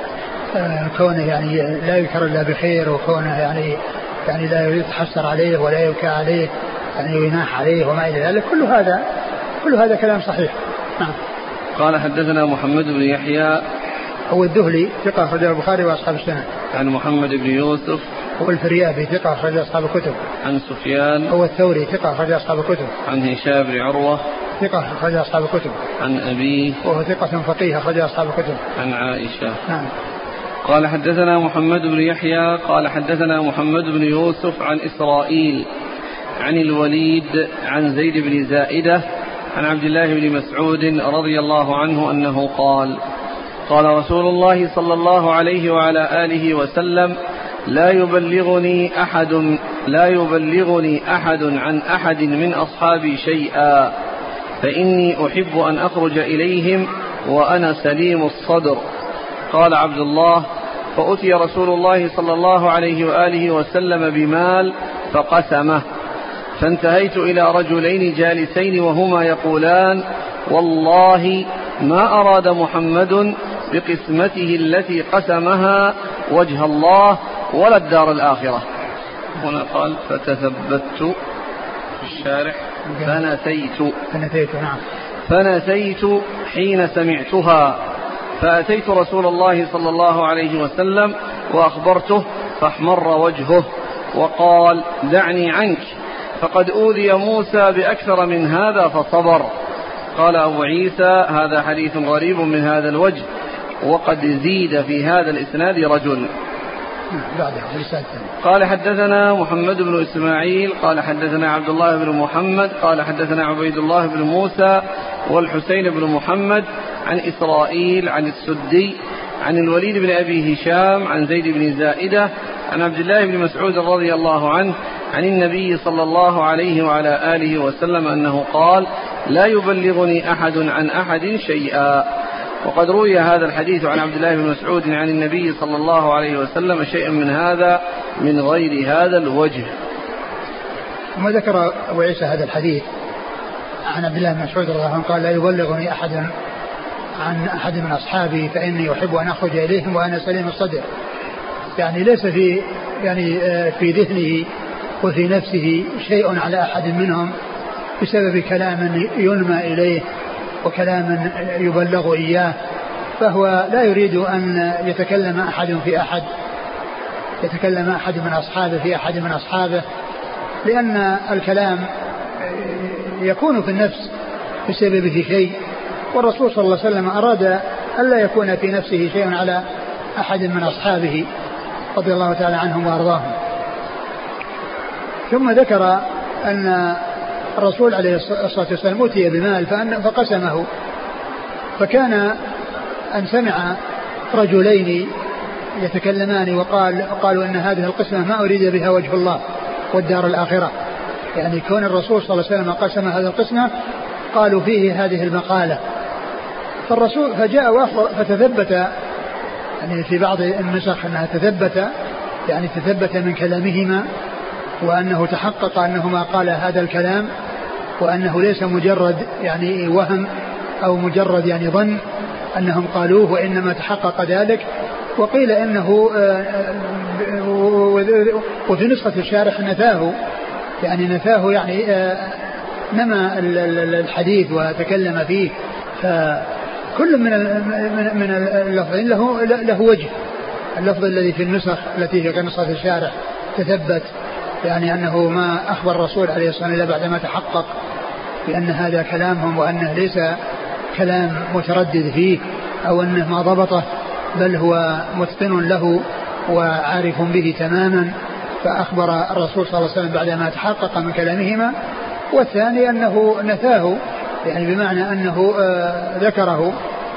كونه يعني لا يذكر إلا بخير، وكونه يعني لا يتحسر عليه ولا يبكى عليه يعني يناح عليه وما إلى ذلك، كل هذا كلام صحيح. نعم. قال حدثنا محمد بن يحيى هو الذهلي ثقة أخرج البخاري وأصحاب السنن. عن محمد بن يوسف هو الفريابي ثقة أخرج أصحاب الكتب. عن سفيان هو الثوري ثقة أخرج أصحاب الكتب. عن هشام بن عروة ثقة أخرج أصحاب الكتب. عن أبيه وهو ثقة فقيه أخرج أصحاب الكتب. عن عائشة. نعم. قال حدثنا محمد بن يحيى قال حدثنا محمد بن يوسف عن إسرائيل عن الوليد عن زيد بن زائدة عن عبد الله بن مسعود رضي الله عنه أنه قال قال رسول الله صلى الله عليه وعلى آله وسلم لا يبلغني أحد عن أحد من أصحابي شيئا، فإني أحب أن أخرج إليهم وأنا سليم الصدر. قال عبد الله فأتي رسول الله صلى الله عليه وآله وسلم بمال فقسمه، فانتهيت إلى رجلين جالسين وهما يقولان والله ما أراد محمد بقسمته التي قسمها وجه الله ولا الدار الآخرة. هنا قال فتثبت في الشارح فنسيت حين سمعتها، فأتيت رسول الله صلى الله عليه وسلم وأخبرته فاحمر وجهه وقال دعني عنك، فقد أوذي موسى بأكثر من هذا فصبر. قال أبو عيسى هذا حديث غريب من هذا الوجه، وقد زيد في هذا الإسناد رجل. قال حدثنا محمد بن إسماعيل قال حدثنا عبد الله بن محمد قال حدثنا عبيد الله بن موسى والحسين بن محمد عن إسرائيل عن السدي عن الوليد بن أبي هشام عن زيد بن زائدة عن عبد الله بن مسعود رضي الله عنه عن النبي صلى الله عليه وعلى آله وسلم أنه قال لا يبلغني أحد عن أحد شيئا. وقد روي هذا الحديث عن عبد الله بن مسعود عن النبي صلى الله عليه وسلم شيئا من هذا من غير هذا الوجه. ثم ذكر أبو عيسى هذا الحديث عن عبد الله بن مسعود رضي الله عنه قال لا يبلغني أحد عن أحد من أصحابي فإني أحب أن أخرج إليهم وأنا سليم الصدر، يعني ليس في ذهنه وفي نفسه شيء على أحد منهم بسبب كلام ينمى إليه وكلام يبلغ إياه، فهو لا يريد أن يتكلم أحد من أصحابه في أحد من أصحابه، لأن الكلام يكون في النفس بسببه شيء، والرسول صلى الله عليه وسلم أراد ألا يكون في نفسه شيء على أحد من أصحابه رضي الله تعالى عنهم وأرضاهم. ثم ذكر أن الرسول عليه الصلاة والسلام أتي بمال فقسمه، فكان أن سمع رجلين يتكلمان وقالوا أن هذه القسمة ما أريد بها وجه الله والدار الآخرة، يعني كون الرسول صلى الله عليه وسلم قسم هذه القسمة قالوا فيه هذه المقالة. فالرسول فجاء وأخبر فتثبت، يعني في بعض النسخ أنها تثبت، يعني تثبت من كلامهما، وأنه تحقق أنهما قال هذا الكلام، وأنه ليس مجرد يعني وهم أو مجرد يعني ظن أنهم قالوه، وإنما تحقق ذلك. وقيل إنه وفي نسخة الشارح نفاه يعني نمى الحديث وتكلم فيه. فكل من اللفظين له وجه. اللفظ الذي في النسخ التي هي كنسخة الشارح تثبت، يعني أنه ما أخبر الرسول عليه الصلاة والسلام إلا بعدما تحقق بأن هذا كلامهم، وأنه ليس كلام متردد فيه أو أنه ما ضبطه، بل هو متقن له وعارف به تماما، فأخبر الرسول صلى الله عليه وسلم بعدما تحقق من كلامهما. والثاني أنه نفاه، يعني بمعنى أنه ذكره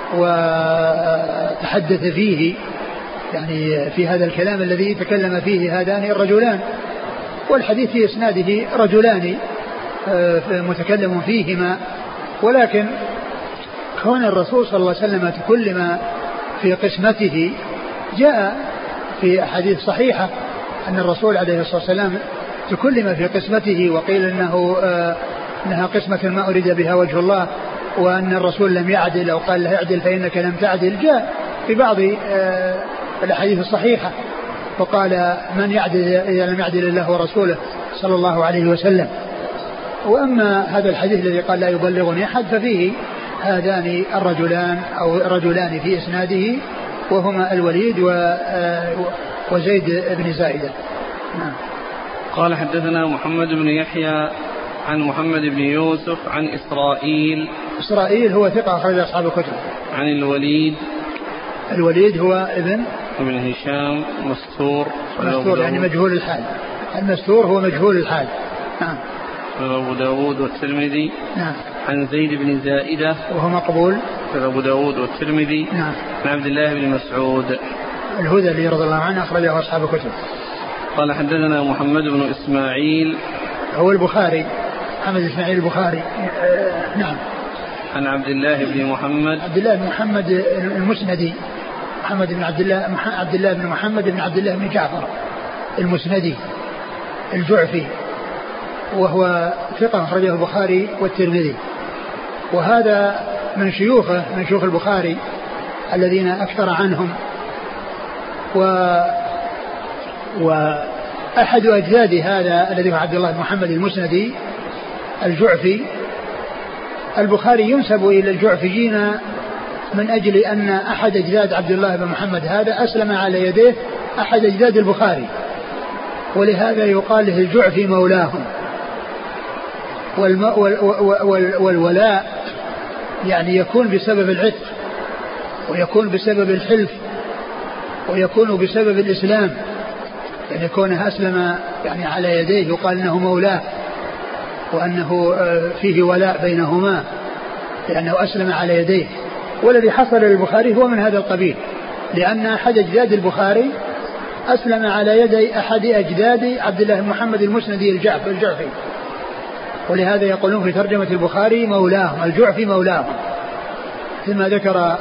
وتحدث فيه، يعني في هذا الكلام الذي تكلم فيه هذان الرجلان. والحديث في إسناده رجلان متكلم فيهما، ولكن كون الرسول صلى الله عليه وسلم تكلم في قسمته جاء في أحاديث صحيحة أن الرسول عليه الصلاة والسلام تكلم في قسمته، وقيل إنها قسمة ما أريد بها وجه الله، وأن الرسول لم يعدل أو قال له اعدل فإنك لم تعدل. جاء في بعض الأحاديث الصحيحة وقال من يعدل إذا لم يعدل الله ورسوله صلى الله عليه وسلم. وأما هذا الحديث الذي قال لا يبلغني أحد ففيه هذان الرجلان أو رجلان في إسناده، وهما الوليد وزيد بن زائدة. نعم. قال حدثنا محمد بن يحيى عن محمد بن يوسف عن إسرائيل هو ثقة أخرج أصحاب الكتب. عن الوليد هو ابن هشام مستور يعني مجهول الحال. المستور هو مجهول الحال. نعم. أبو داود والترمذي. نعم. عن زيد بن زائدة وهو مقبول. أبو داود والترمذي. نعم. عن عبد الله بن مسعود الهذلي رضي الله عنه أخرجه أصحاب الكتب. قال حدثنا محمد بن إسماعيل هو البخاري، محمد إسماعيل البخاري. نعم. عن عبد الله بن محمد المسندي، محمد بن عبد الله بن محمد بن عبد الله بن جعفر المسندي الجعفي، وهو ثقة أخرجه البخاري والترمذي. وهذا من شيوخه، من شيوخ البخاري الذين أكثر عنهم. وأحد أجداد هذا الذي هو عبد الله بن محمد المسندي الجعفي، البخاري ينسب إلى الجعفيين من أجل أن أحد أجداد عبد الله بن محمد هذا أسلم على يديه أحد أجداد البخاري، ولهذا يقال له الجعفي مولاهم. والولاء يعني يكون بسبب العتق، ويكون بسبب الحلف، ويكون بسبب الإسلام، يعني كونه أسلم يعني على يديه يقال أنه مولاه، وأنه فيه ولاء بينهما لأنه أسلم على يديه. والذي حصل للبخاري هو من هذا القبيل، لأن أحد أجداد البخاري أسلم على يدي أحد أجداد عبد الله بن محمد المسندي الجعفي، ولهذا يقولون في ترجمة البخاري مولاهم، الجعفي مولاهم. ثم ذكر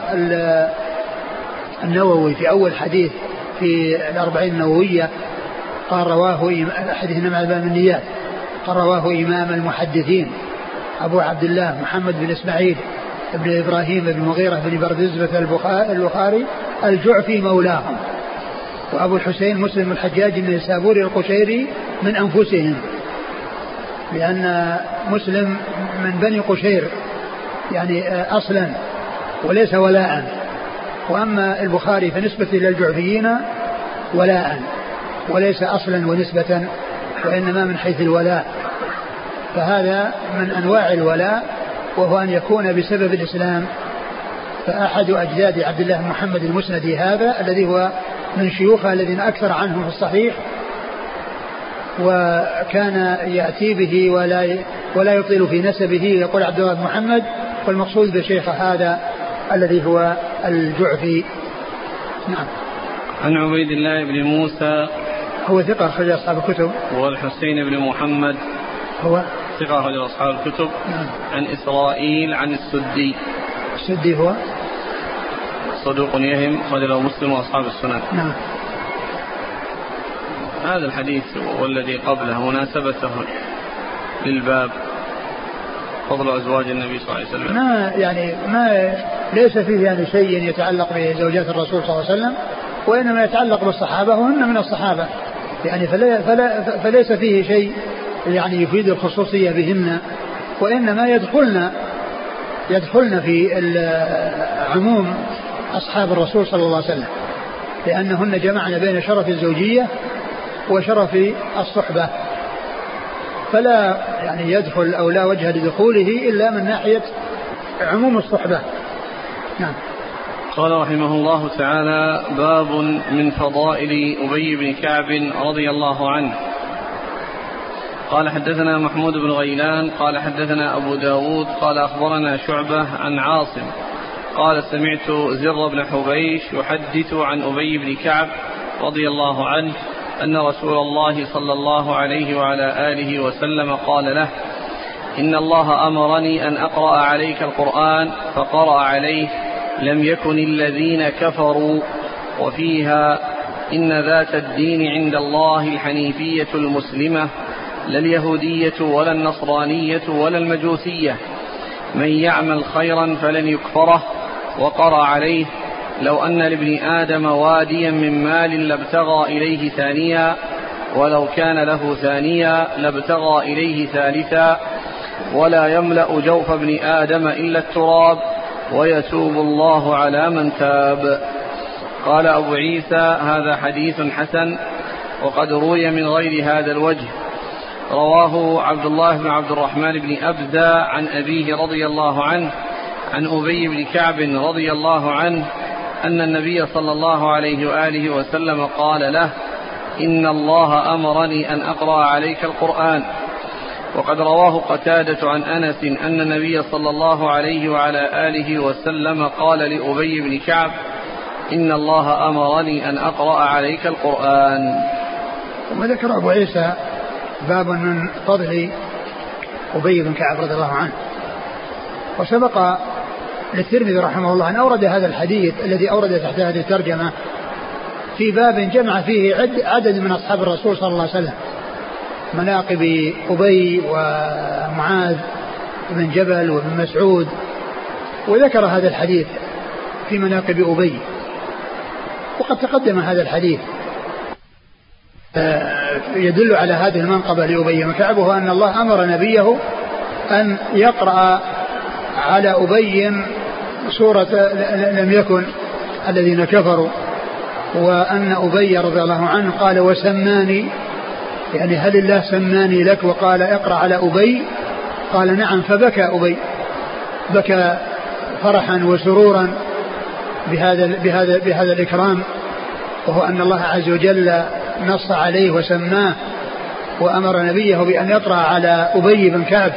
النووي في أول حديث في الأربعين النووية قال رواه حديث نمع باب النيات، قال رواه إمام المحدثين أبو عبد الله محمد بن إسماعيل بن إبراهيم بن مغيرة بن بردزبة البخاري الجعفي مولاهم. وأبو الحسين مسلم الحجاج بن السابوري القشيري من أنفسهم، لأن مسلم من بني قشير يعني أصلا وليس ولاء، وأما البخاري فنسبة إلى الجعفيين ولاء وليس أصلا ونسبة، وإنما من حيث الولاء، فهذا من أنواع الولاء وهو أن يكون بسبب الإسلام. فأحد أجداد عبد الله بن محمد المسندي هذا الذي هو من شيوخه الذين أكثر عنهم في الصحيح، وكان يأتي به ولا يطيل في نسبه، يقول عبد الله بن محمد، والمقصود بشيخ هذا الذي هو الجعفي. نعم. عن عبيد الله بن موسى هو ثقة أخرج أصحاب الكتب. والحسين بن محمد هو ثقة أخرج أصحاب الكتب. نعم. عن إسرائيل عن السدي. السدي هو صدوق يهم أخرجه مسلم وأصحاب السنن. نعم. هذا الحديث والذي قبله مناسبته للباب فضل أزواج النبي صلى الله عليه وسلم ما ليس فيه يعني شيء يتعلق بزوجات الرسول صلى الله عليه وسلم، وإنما يتعلق بالصحابة وهن من الصحابة يعني، فليس فيه شيء يعني يفيد الخصوصية بهن، وإنما يدخلن في عموم أصحاب الرسول صلى الله عليه وسلم، لأنهن جمعن بين شرف الزوجية وشرف الصحبة، فلا يعني يدخل أو لا وجه لدخوله إلا من ناحية عموم الصحبة. نعم. قال رحمه الله تعالى: باب من فضائل أبي بن كعب رضي الله عنه. قال حدثنا محمود بن غيلان قال حدثنا أبو داود قال أخبرنا شعبة عن عاصم قال سمعت زر بن حبيش يحدث عن أبي بن كعب رضي الله عنه أن رسول الله صلى الله عليه وعلى آله وسلم قال له: إن الله أمرني أن أقرأ عليك القرآن، فقرأ عليه: لم يكن الذين كفروا، وفيها: إن ذات الدين عند الله الحنيفية المسلمة، لا اليهودية ولا النصرانية ولا المجوسية، من يعمل خيرا فلن يكفره. وقرأ عليه: لو أن لابن آدم واديا من مال لابتغى إليه ثانيا، ولو كان له ثانيا لابتغى إليه ثالثا، ولا يملأ جوف ابن آدم إلا التراب، ويتوب الله على من تاب. قال أبو عيسى: هذا حديث حسن، وقد روي من غير هذا الوجه. رواه عبد الله بن عبد الرحمن بن أبزة عن أبيه رضي الله عنه عن أبي بن كعب رضي الله عنه أن النبي صلى الله عليه وآله وسلم قال له: إن الله أمرني أن أقرأ عليك القرآن. وقد رواه قتادة عن أنس أن النبي صلى الله عليه وعلى آله وسلم قال لأبي بن كعب: إن الله أمرني أن أقرأ عليك القرآن. وذكر أبو عيسى باب من فضل أبي بن كعب رضي الله عنه. وسبق للترمذي رحمه الله أن أورد هذا الحديث الذي أورد تحت هذه الترجمة في باب جمع فيه عدد من أصحاب الرسول صلى الله عليه وسلم، مناقب أبي ومعاذ بن جبل وابن مسعود، وذكر هذا الحديث في مناقب أبي. وقد تقدم هذا الحديث يدل على هذه المنقبة لأبي بن كعب، وهو أن الله أمر نبيه أن يقرأ على أبي سورة لم يكن الذين كفروا، وأن أبي رضي الله عنه قال: وسماني، يعني هل الله سماني لك؟ وقال: اقرأ على أبي. قال: نعم. فبكى أبي، بكى فرحا وسرورا بهذا الإكرام، وهو أن الله عز وجل نص عليه وسماه وأمر نبيه بأن يقرأ على أبي بن كعب،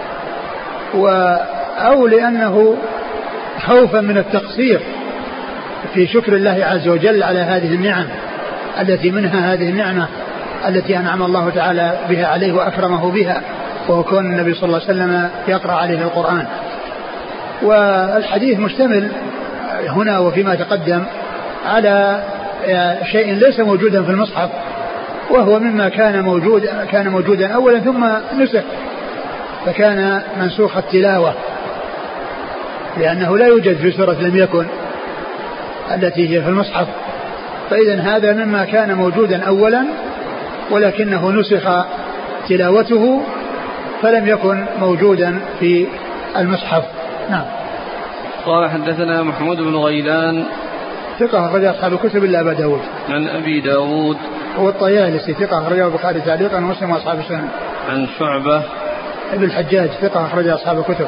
أو لأنه خوفا من التقصير في شكر الله عز وجل على هذه النعم التي منها هذه النعمة التي أنعم الله تعالى بها عليه وأكرمه بها، وهو كون النبي صلى الله عليه وسلم يقرأ عليه القرآن. والحديث مشتمل هنا وفيما تقدم على شيء ليس موجودا في المصحف، وهو مما كان موجودا أولا ثم نسخ، فكان منسوخ التلاوة، لأنه لا يوجد في سورة لم يكن التي هي في المصحف، فإذا هذا مما كان موجودا أولا ولكنه نسخ تلاوته فلم يكن موجودا في المصحف. نعم. قال حدثنا محمود بن غيلان ثقة أخرج أصحاب الكتب إلا أبا داود. عن أبي داود هو الطيالسي ثقة أخرجه البخاري تعليقا ومسلم وأصحاب السنن. عن شعبة ابن الحجاج ثقة أخرج أصحاب الكتب.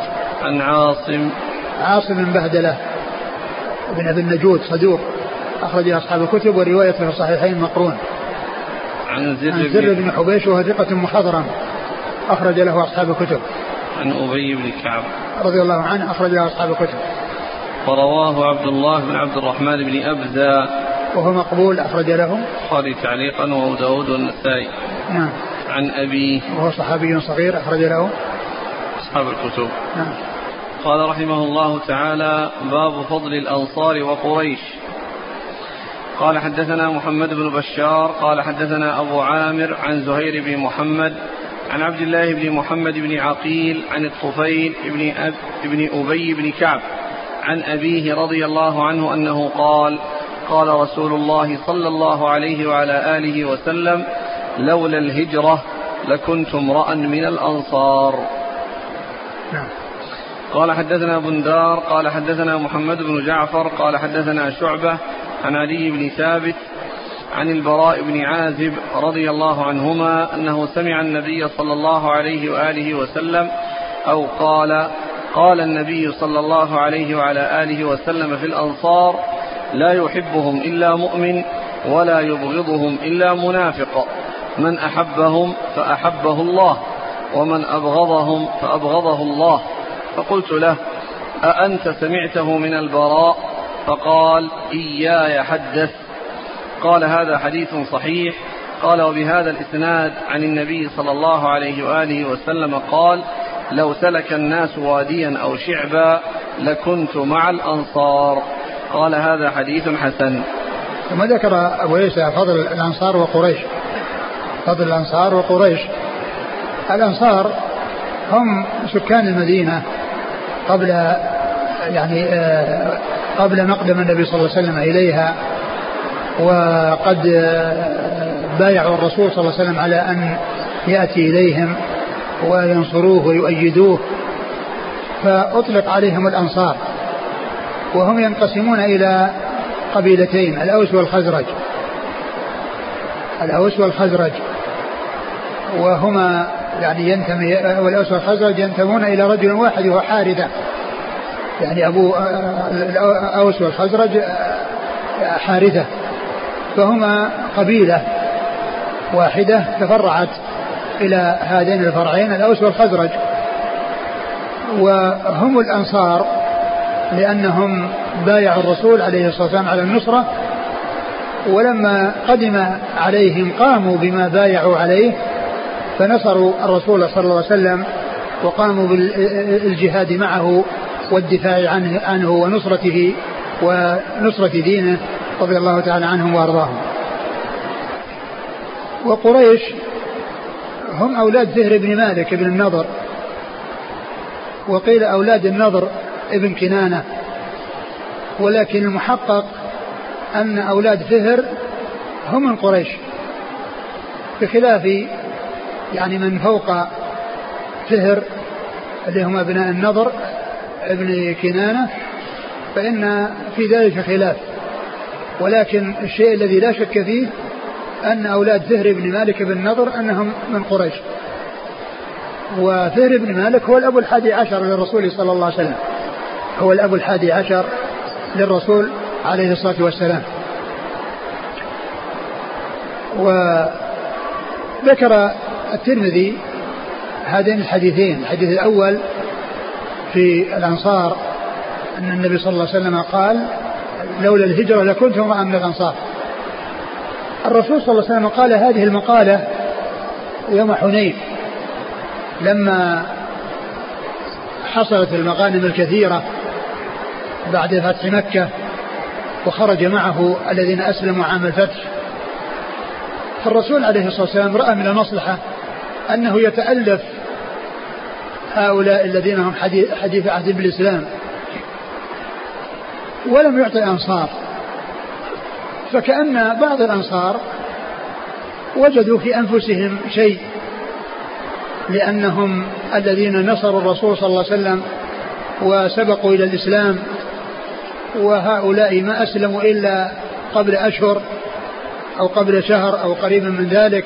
عن عاصم بن بهدلة بن أبي النجود صدوق أخرج أصحاب الكتب ورواية في الصحيحين مقرون. عن زر بن حبيش وهو ثقة مخضرم أخرج له أصحاب الكتب. عن أبي بن كعب رضي الله عنه أخرج له أصحاب الكتب. ورواه عبد الله بن عبد الرحمن بن أبزة وهو مقبول أخرج له البخاري تعليقا وأبو داود والنسائي. نعم. عن أبيه وهو صحابي صغير أخرج له أصحاب الكتب. نعم. قال رحمه الله تعالى: باب فضل الأنصار وقريش. قال حدثنا محمد بن بشار قال حدثنا أبو عامر عن زهير بن محمد عن عبد الله بن محمد بن عقيل عن الطفيل بن أبي بن كعب عن أبيه رضي الله عنه أنه قال: قال رسول الله صلى الله عليه وعلى آله وسلم: لولا الهجرة لكنت امرأ من الأنصار. نعم. قال حدثنا بندار قال حدثنا محمد بن جعفر قال حدثنا شعبة عن علي بن ثابت عن البراء بن عازب رضي الله عنهما أنه سمع النبي صلى الله عليه وآله وسلم أو قال النبي صلى الله عليه وعلى آله وسلم في الأنصار: لا يحبهم إلا مؤمن ولا يبغضهم إلا منافق، من أحبهم فأحبه الله ومن أبغضهم فأبغضه الله. فقلت له: أأنت سمعته من البراء؟ فقال: إياي حدث. قال: هذا حديث صحيح. قال: وبهذا الإسناد عن النبي صلى الله عليه وآله وسلم قال: لو سلك الناس واديا أو شعبا لكنت مع الأنصار. قال: هذا حديث حسن. ثم ذكر أبو عيسى فضل الأنصار وقريش. فضل الأنصار وقريش. الأنصار هم سكان المدينة قبل مقدم النبي صلى الله عليه وسلم إليها، وقد بايعوا الرسول صلى الله عليه وسلم على أن يأتي إليهم وينصروه ويؤيدوه، فأطلق عليهم الأنصار. وهم ينقسمون إلى قبيلتين: الأوس والخزرج، وهما والأوس والخزرج ينتمون إلى رجل واحد وهو حارثة، يعني أبو الأوس والخزرج حارثة، فهما قبيلة واحدة تفرعت إلى هذين الفرعين الأوس والخزرج. وهم الأنصار لأنهم بايعوا الرسول عليه الصلاة والسلام على النصرة، ولما قدم عليهم قاموا بما بايعوا عليه فنصروا الرسول صلى الله عليه وسلم وقاموا بالجهاد معه والدفاع عنه ونصرته ونصرة دينه رضي الله تعالى عنهم وأرضاهم. وقريش هم أولاد فهر بن مالك بن النضر، وقيل أولاد النضر ابن كنانة، ولكن المحقق أن أولاد فهر هم من قريش، بخلاف من فوق فهر اللي هم ابناء النضر ابن كنانة، فإن في ذلك خلاف. ولكن الشيء الذي لا شك فيه أن أولاد فهر بن مالك بن النضر أنهم من قريش. وفهر بن مالك هو الأب 11 للرسول صلى الله عليه وسلم، هو الأب 11 للرسول عليه الصلاة والسلام. وذكر الترمذي هذين الحديثين: الحديث الأول في الأنصار أن النبي صلى الله عليه وسلم قال: لولا الهجرة لكنت امرأ من الأنصار. الرسول صلى الله عليه وسلم قال هذه المقالة يوم حنين لما حصلت المغانم الكثيرة بعد فتح مكة، وخرج معه الذين أسلموا عام الفتح. فالرسول عليه الصلاة والسلام رأى من المصلحة أنه يتألف هؤلاء الذين هم حديث عهد بالإسلام، ولم يعطي أنصار. فكأن بعض الأنصار وجدوا في أنفسهم شيء، لأنهم الذين نصروا الرسول صلى الله عليه وسلم وسبقوا إلى الإسلام، وهؤلاء ما أسلموا إلا قبل أشهر أو قبل شهر أو قريبا من ذلك،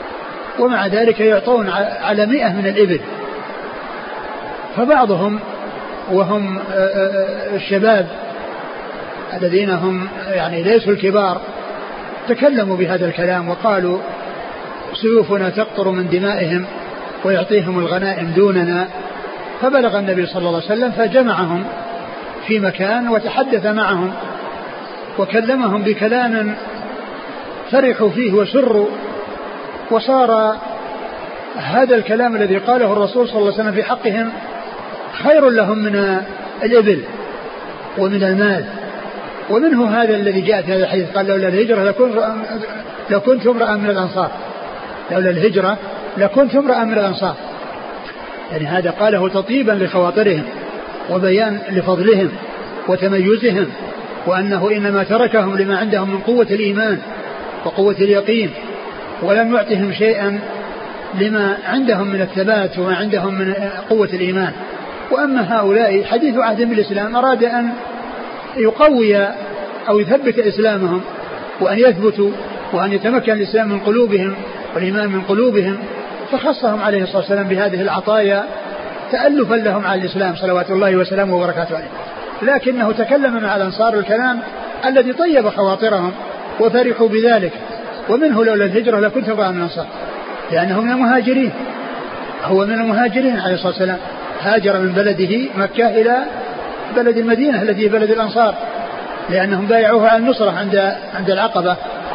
ومع ذلك يعطون على 100 من الإبل. فبعضهم وهم الشباب الذين هم يعني ليسوا الكبار تكلموا بهذا الكلام وقالوا سيوفنا تقطر من دمائهم ويعطيهم الغنائم دوننا. فبلغ النبي صلى الله عليه وسلم فجمعهم في مكان وتحدث معهم وكلمهم بكلام فرحوا فيه وسروا، وصار هذا الكلام الذي قاله الرسول صلى الله عليه وسلم في حقهم خير لهم من الإبل ومن المال. ومنه هذا الذي جاء في هذا الحديث قال لولا الهجرة لكنت امرأ من الأنصار، لولا الهجرة لكنت امرأ من الأنصار. يعني هذا قاله تطيبا لخواطرهم وبيان لفضلهم وتميزهم، وأنه إنما تركهم لما عندهم من قوة الإيمان وقوة اليقين، ولم يعطهم شيئا لما عندهم من الثبات وما عندهم من قوة الإيمان. وأما هؤلاء حديث عهد بالإسلام أراد أن يقوي أو يثبت إسلامهم وأن يثبتوا وأن يتمكن الإسلام من قلوبهم والإيمان من قلوبهم، فخصهم عليه الصلاة والسلام بهذه العطايا تألفا لهم على الإسلام صلوات الله وسلامه وبركاته عليه. لكنه تكلم مع الأنصار الكلام الذي طيب خواطرهم وفرحوا بذلك. ومنه لولا الهجرة لكنت امرأ من الأنصار، لأنه من المهاجرين، هو من المهاجرين عليه الصلاة والسلام، هاجر من بلده مكة إلى بلد المدينة الذي بلد الأنصار، لأنهم بايعوه على النصرة عند العقبة،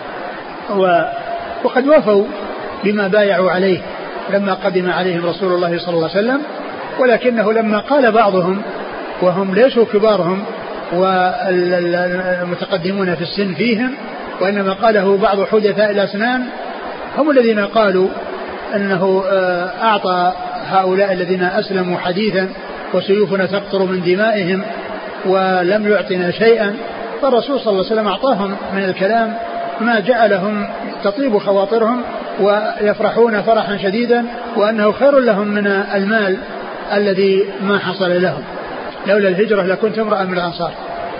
وقد وفوا بما بايعوا عليه لما قدم عليهم رسول الله صلى الله عليه وسلم. ولكنه لما قال بعضهم وهم ليسوا كبارهم والمتقدمون في السن فيهم، وإنما قاله بعض حدثاء الأسنان هم الذين قالوا أنه أعطى هؤلاء الذين أسلموا حديثا وسيوفنا تقطر من دمائهم ولم يعطنا شيئا. فالرسول صلى الله عليه وسلم أعطاهم من الكلام ما جعلهم تطيب خواطرهم ويفرحون فرحا شديدا، وأنه خير لهم من المال الذي ما حصل لهم. لولا الهجرة لكنت امرأ من الأنصار.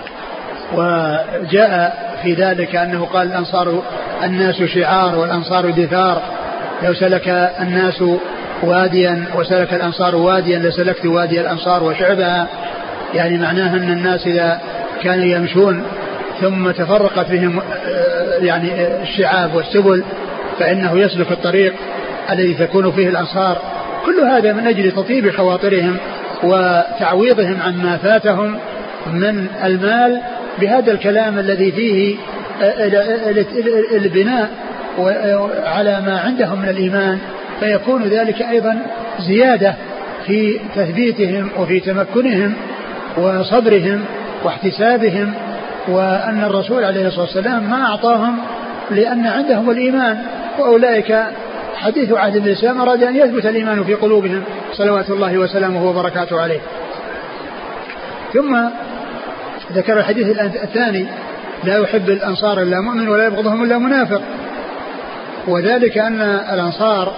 وجاء في ذلك أنه قال الأنصار الناس شعار والأنصار دثار، لو سلك الناس واديا وسلك الأنصار واديا لسلكت وادي الأنصار وشعبها. يعني معناها أن الناس إذا كانوا يمشون ثم تفرقت بهم يعني الشعاب والسبل فإنه يسلك الطريق الذي تكون فيه الأنصار. كل هذا من أجل تطيب خواطرهم وتعويضهم عما فاتهم من المال بهذا الكلام الذي فيه البناء على ما عندهم من الإيمان، فيكون ذلك أيضا زيادة في تثبيتهم وفي تمكنهم وصبرهم واحتسابهم. وأن الرسول عليه الصلاة والسلام ما أعطاهم لأن عندهم الإيمان، وأولئك حديث عهد بالإسلام أراد أن يثبت الإيمان في قلوبهم صلوات الله وسلامه وبركاته عليه. ثم ذكر الحديث الثاني لا يحب الأنصار إلا مؤمن ولا يبغضهم إلا منافق. وذلك أن الأنصار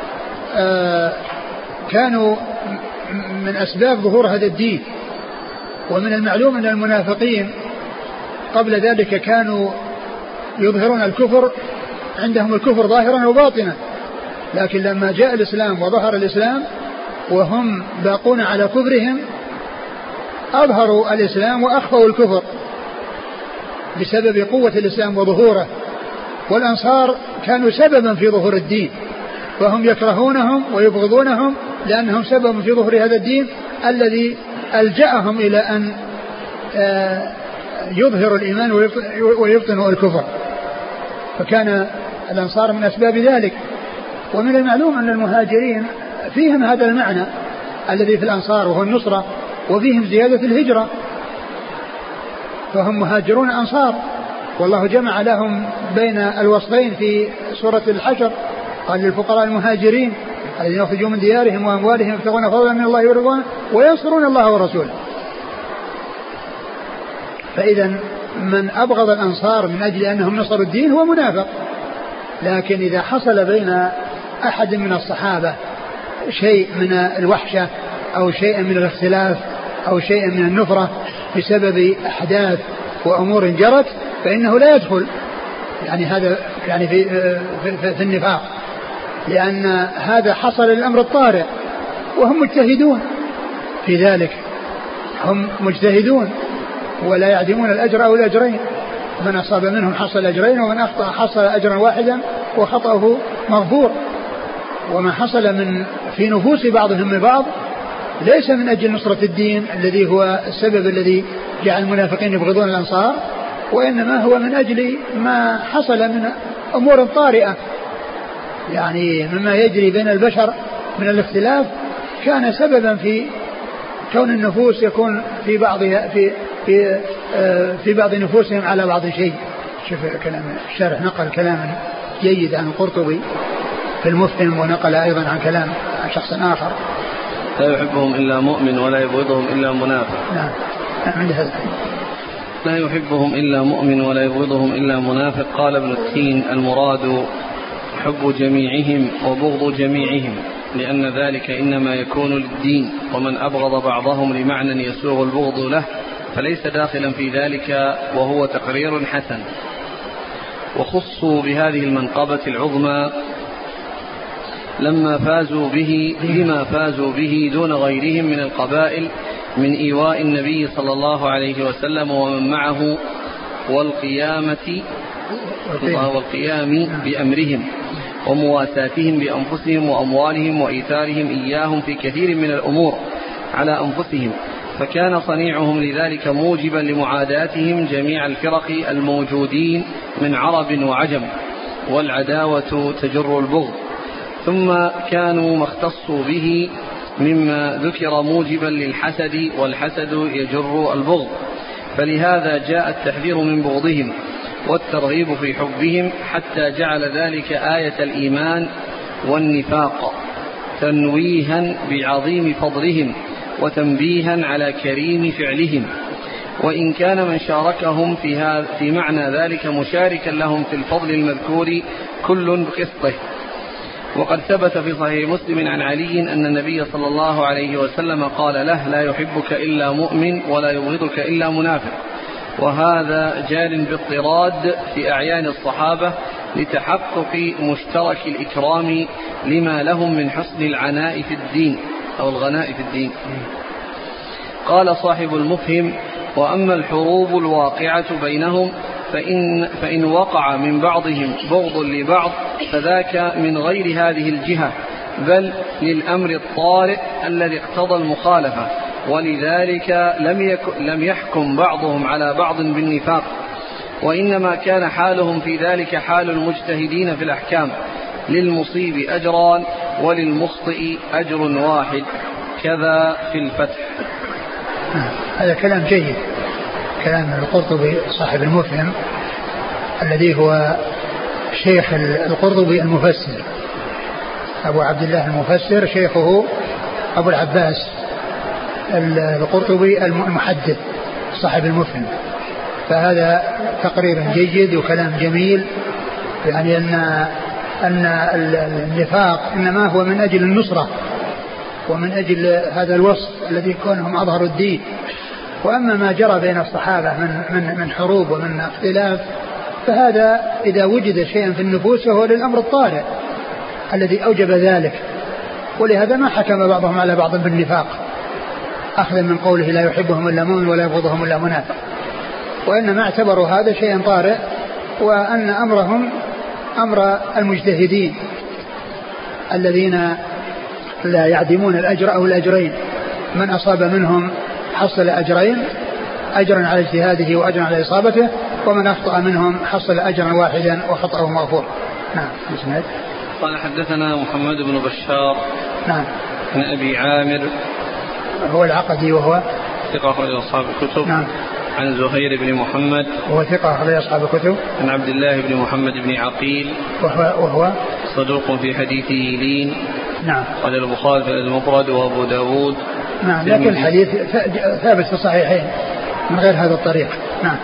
كانوا من أسباب ظهور هذا الدين، ومن المعلوم أن المنافقين قبل ذلك كانوا يظهرون الكفر، عندهم الكفر ظاهرا وباطنا، لكن لما جاء الإسلام وظهر الإسلام وهم باقون على كفرهم أظهروا الإسلام وأخفوا الكفر بسبب قوة الإسلام وظهوره. والأنصار كانوا سببا في ظهور الدين، فهم يكرهونهم ويبغضونهم لأنهم سبب في ظهور هذا الدين الذي ألجأهم إلى أن يظهر الإيمان ويبطنوا الكفر. فكان الأنصار من أسباب ذلك. ومن المعلوم أن المهاجرين فيهم هذا المعنى الذي في الأنصار وهو النصرة، وفيهم زيادة الهجرة، فهم مهاجرون أنصار، والله جمع لهم بين الوصفين في سورة الحشر، قال للفقراء المهاجرين الذين يخرجون من ديارهم وأموالهم يبتغون فضلا من الله ورضوانه وينصرون الله ورسوله. فإذا من أبغض الأنصار من أجل أنهم نصروا الدين هو منافق. لكن إذا حصل بين أحد من الصحابة شيء من الوحشة أو شيء من الاختلاف أو شيء من النفرة بسبب أحداث وأمور جرت فإنه لا يدخل يعني هذا يعني في النفاق، لأن هذا حصل الأمر الطارئ وهم مجتهدون في ذلك. هم مجتهدون ولا يعدمون الأجر أو الأجرين. من أصاب منهم حصل أجرين ومن أخطأ حصل أجرا واحدا وخطأه مغفور. وما حصل في نفوس بعضهم من بعض ليس من أجل نصرة الدين الذي هو السبب الذي جعل المنافقين يبغضون الأنصار، وإنما هو من أجل ما حصل من أمور طارئة يعني مما يجري بين البشر من الاختلاف كان سببا في كون النفوس يكون في بعضها في بعض نفوسهم على بعض شيء. شوف كلام الشارح نقل كلاما جيد عن القرطبي في المفهم، ونقل أيضا عن كلام عن شخص آخر: لا يحبهم إلا مؤمن ولا يبغضهم إلا منافق. نعم عند هذا لا يحبهم إلا مؤمن ولا يبغضهم إلا منافق. قال ابن التين: المراد حب جميعهم وبغض جميعهم، لأن ذلك إنما يكون للدين، ومن أبغض بعضهم لمعنى يسوغ البغض له فليس داخلا في ذلك، وهو تقرير حسن. وخصوا بهذه المنقبة العظمى لما فازوا به دون غيرهم من القبائل من إيواء النبي صلى الله عليه وسلم ومن معه والقيام بأمرهم ومواساتهم بأنفسهم وأموالهم وإيثارهم إياهم في كثير من الأمور على أنفسهم، فكان صنيعهم لذلك موجبا لمعاداتهم جميع الفرق الموجودين من عرب وعجم، والعداوة تجر البغض. ثم كانوا ما اختصوا به مما ذكر موجبا للحسد، والحسد يجر البغض، فلهذا جاء التحذير من بغضهم والترغيب في حبهم، حتى جعل ذلك آية الإيمان والنفاق، تنويها بعظيم فضلهم وتنبيها على كريم فعلهم. وإن كان من شاركهم في معنى ذلك مشاركا لهم في الفضل المذكور كل بقسطه. وقد ثبت في صحيح مسلم عن علي أن النبي صلى الله عليه وسلم قال له: لا يحبك إلا مؤمن ولا يبغضك إلا منافق. وهذا جار باضطراد في أعيان الصحابة لتحقق مشترك الإكرام لما لهم من حسن العناء في الدين أو الغناء في الدين. قال صاحب المفهم: وأما الحروب الواقعة بينهم فإن وقع من بعضهم بغض لبعض فذاك من غير هذه الجهة، بل للأمر الطارئ الذي اقتضى المخالفة، ولذلك لم يحكم بعضهم على بعض بالنفاق، وإنما كان حالهم في ذلك حال المجتهدين في الأحكام، للمصيب أجران وللمخطئ أجر واحد، كذا في الفتح. هذا كلام جيد، كلام القرطبي صاحب المفهم الذي هو شيخ القرطبي المفسر، أبو عبد الله المفسر، شيخه أبو العباس القرطبي المحدث صاحب المفهم. فهذا تقرير جيد وكلام جميل، يعني أن النفاق إنما هو من أجل النصرة ومن أجل هذا الوصف الذي كونهم أظهروا الدين. وأما ما جرى بين الصحابة من حروب ومن اختلاف فهذا إذا وجد شيئا في النفوس فهو للأمر الطارئ الذي أوجب ذلك، ولهذا ما حكم بعضهم على بعض بالنفاق أخذا من قوله: لا يحبهم إلا مؤمن ولا يبغضهم إلا منافق، وإنما اعتبروا هذا شيئا طارئ، وأن أمرهم أمر المجتهدين الذين لا يعدمون الأجر أو الأجرين. من أصاب منهم حصل أجرين، أجرا على اجتهاده وأجرا على إصابته، ومن أخطأ منهم حصل أجرا واحدا وخطأه مغفور. نعم. قال: حدثنا محمد بن بشار. نعم. عن أبي عامر هو العقدي وهو ثقة أخرج أصحاب الكتب. نعم. عن زهير بن محمد وهو ثقة أخرج أصحاب الكتب. عن عبد الله بن محمد بن عقيل وهو صدوق في حديثه لين. نعم. قال البخاري في المفرد وأبو داود. نعم. لكن الحديث ثابت في الصحيحين من غير هذا الطريق. نعم.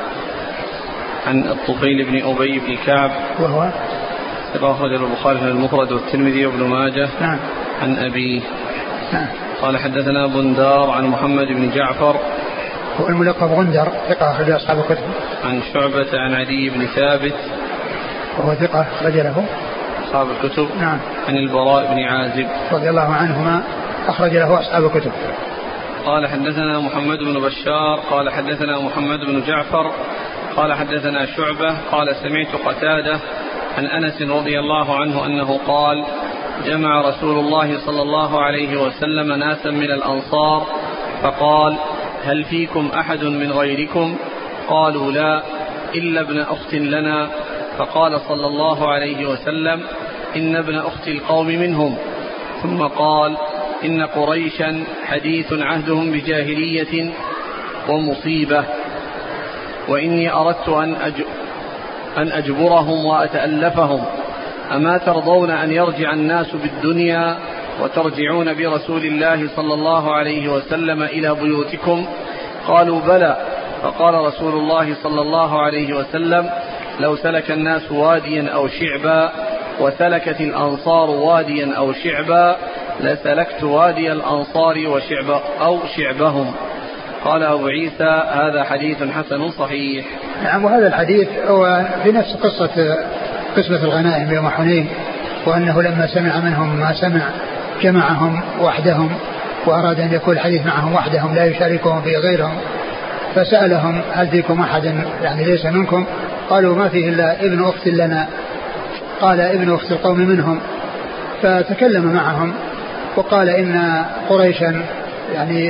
عن الطفيل بن أبي بن كعب وهو ثقة أخرج البخاري في المفرد والترمذي وابن ماجه. نعم. عن أبيه. نعم. قال: حدثنا بندار عن محمد بن جعفر هو الملقب غندر، ثقة أخرج أصحاب الكتب. عن شعبة عن عدي بن ثابت وهو ثقة أخرج له أصحاب الكتب. نعم. عن البراء بن عازب رضي الله عنهما أخرج له أصحاب الكتب. قال حدثنا محمد بن بشار قال حدثنا محمد بن جعفر قال حدثنا شعبة قال سمعت قتادة عن أنس رضي الله عنه أنه قال جمع رسول الله صلى الله عليه وسلم ناسا من الأنصار فقال هل فيكم أحد من غيركم؟ قالوا لا إلا ابن أخت لنا. فقال صلى الله عليه وسلم إن ابن أخت القوم منهم. ثم قال إن قريشا حديث عهدهم بجاهلية ومصيبة وإني أردت أن أجبرهم وأتألفهم. أما ترضون أن يرجع الناس بالدنيا وترجعون برسول الله صلى الله عليه وسلم إلى بيوتكم؟ قالوا بلى. فقال رسول الله صلى الله عليه وسلم لو سلك الناس واديا أو شعبا وسلكت الأنصار واديا أو شعبا لسلكت وادي الأنصار أو شعبهم. قال أبو عيسى هذا حديث حسن صحيح. نعم. وهذا الحديث هو في نفس قسمة الغنائم يوم حنين، وأنه لما سمع منهم ما سمع جمعهم وحدهم وأراد أن يكون الحديث معهم وحدهم لا يشاركهم في غيرهم، فسألهم هل فيكم أحد يعني ليس منكم؟ قالوا ما فيه إلا ابن أخت لنا. قال ابن أخت القوم منهم. فتكلم معهم وقال إن قريشا يعني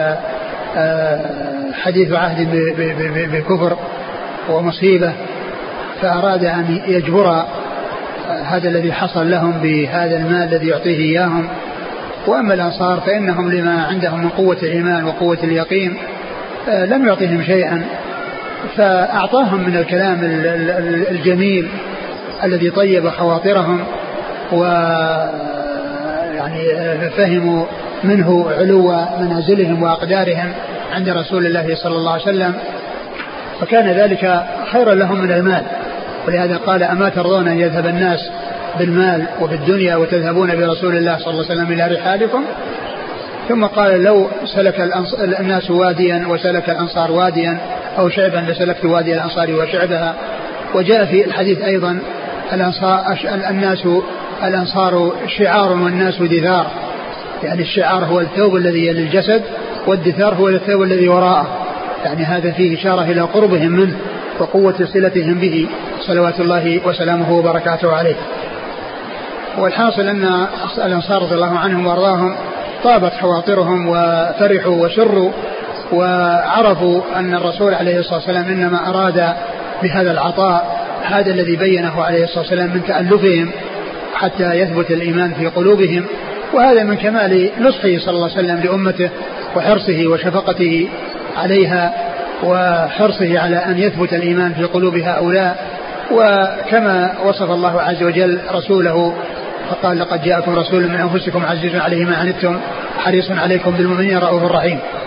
حديث عهد بكفر ومصيبة، فأراد أن يجبر هذا الذي حصل لهم بهذا المال الذي يعطيه إياهم. وأما الأنصار فإنهم لما عندهم من قوة الإيمان وقوة اليقين لم يعطيهم شيئا، فأعطاهم من الكلام الجميل الذي طيب خواطرهم، ويعني فهموا منه علو منازلهم وأقدارهم عند رسول الله صلى الله عليه وسلم، فكان ذلك خيرا لهم من المال. ولهذا قال أما ترضون أن يذهب الناس بالمال وبالدنيا وتذهبون برسول الله صلى الله عليه وسلم إلى رحالكم؟ ثم قال لو سلك الناس واديا وسلك الأنصار واديا أو شعبا لسلكت وادي الأنصار وشعبها. وجاء في الحديث أيضا الأنصار شعار والناس دثار، يعني الشعار هو الثوب الذي يلي الجسد والدثار هو الثوب الذي وراءه، يعني هذا فيه إشارة إلى قربهم منه وقوة صلتهم به صلوات الله وسلامه وبركاته عليه. والحاصل أن الأنصار رضي الله عنهم وارضاهم طابت خواطرهم وفرحوا وسروا وعرفوا أن الرسول عليه الصلاة والسلام إنما أراد بهذا العطاء هذا الذي بينه عليه الصلاة والسلام من تألفهم حتى يثبت الإيمان في قلوبهم. وهذا من كمال نصحه صلى الله عليه وسلم لأمته وحرصه وشفقته عليها وحرصه على أن يثبت الإيمان في قلوب هؤلاء. وكما وصف الله عز وجل رسوله فقال لقد جاءكم رسول من أنفسكم عزيز عليه ما عنتم حريص عليكم بالمؤمنين رؤوف رحيم.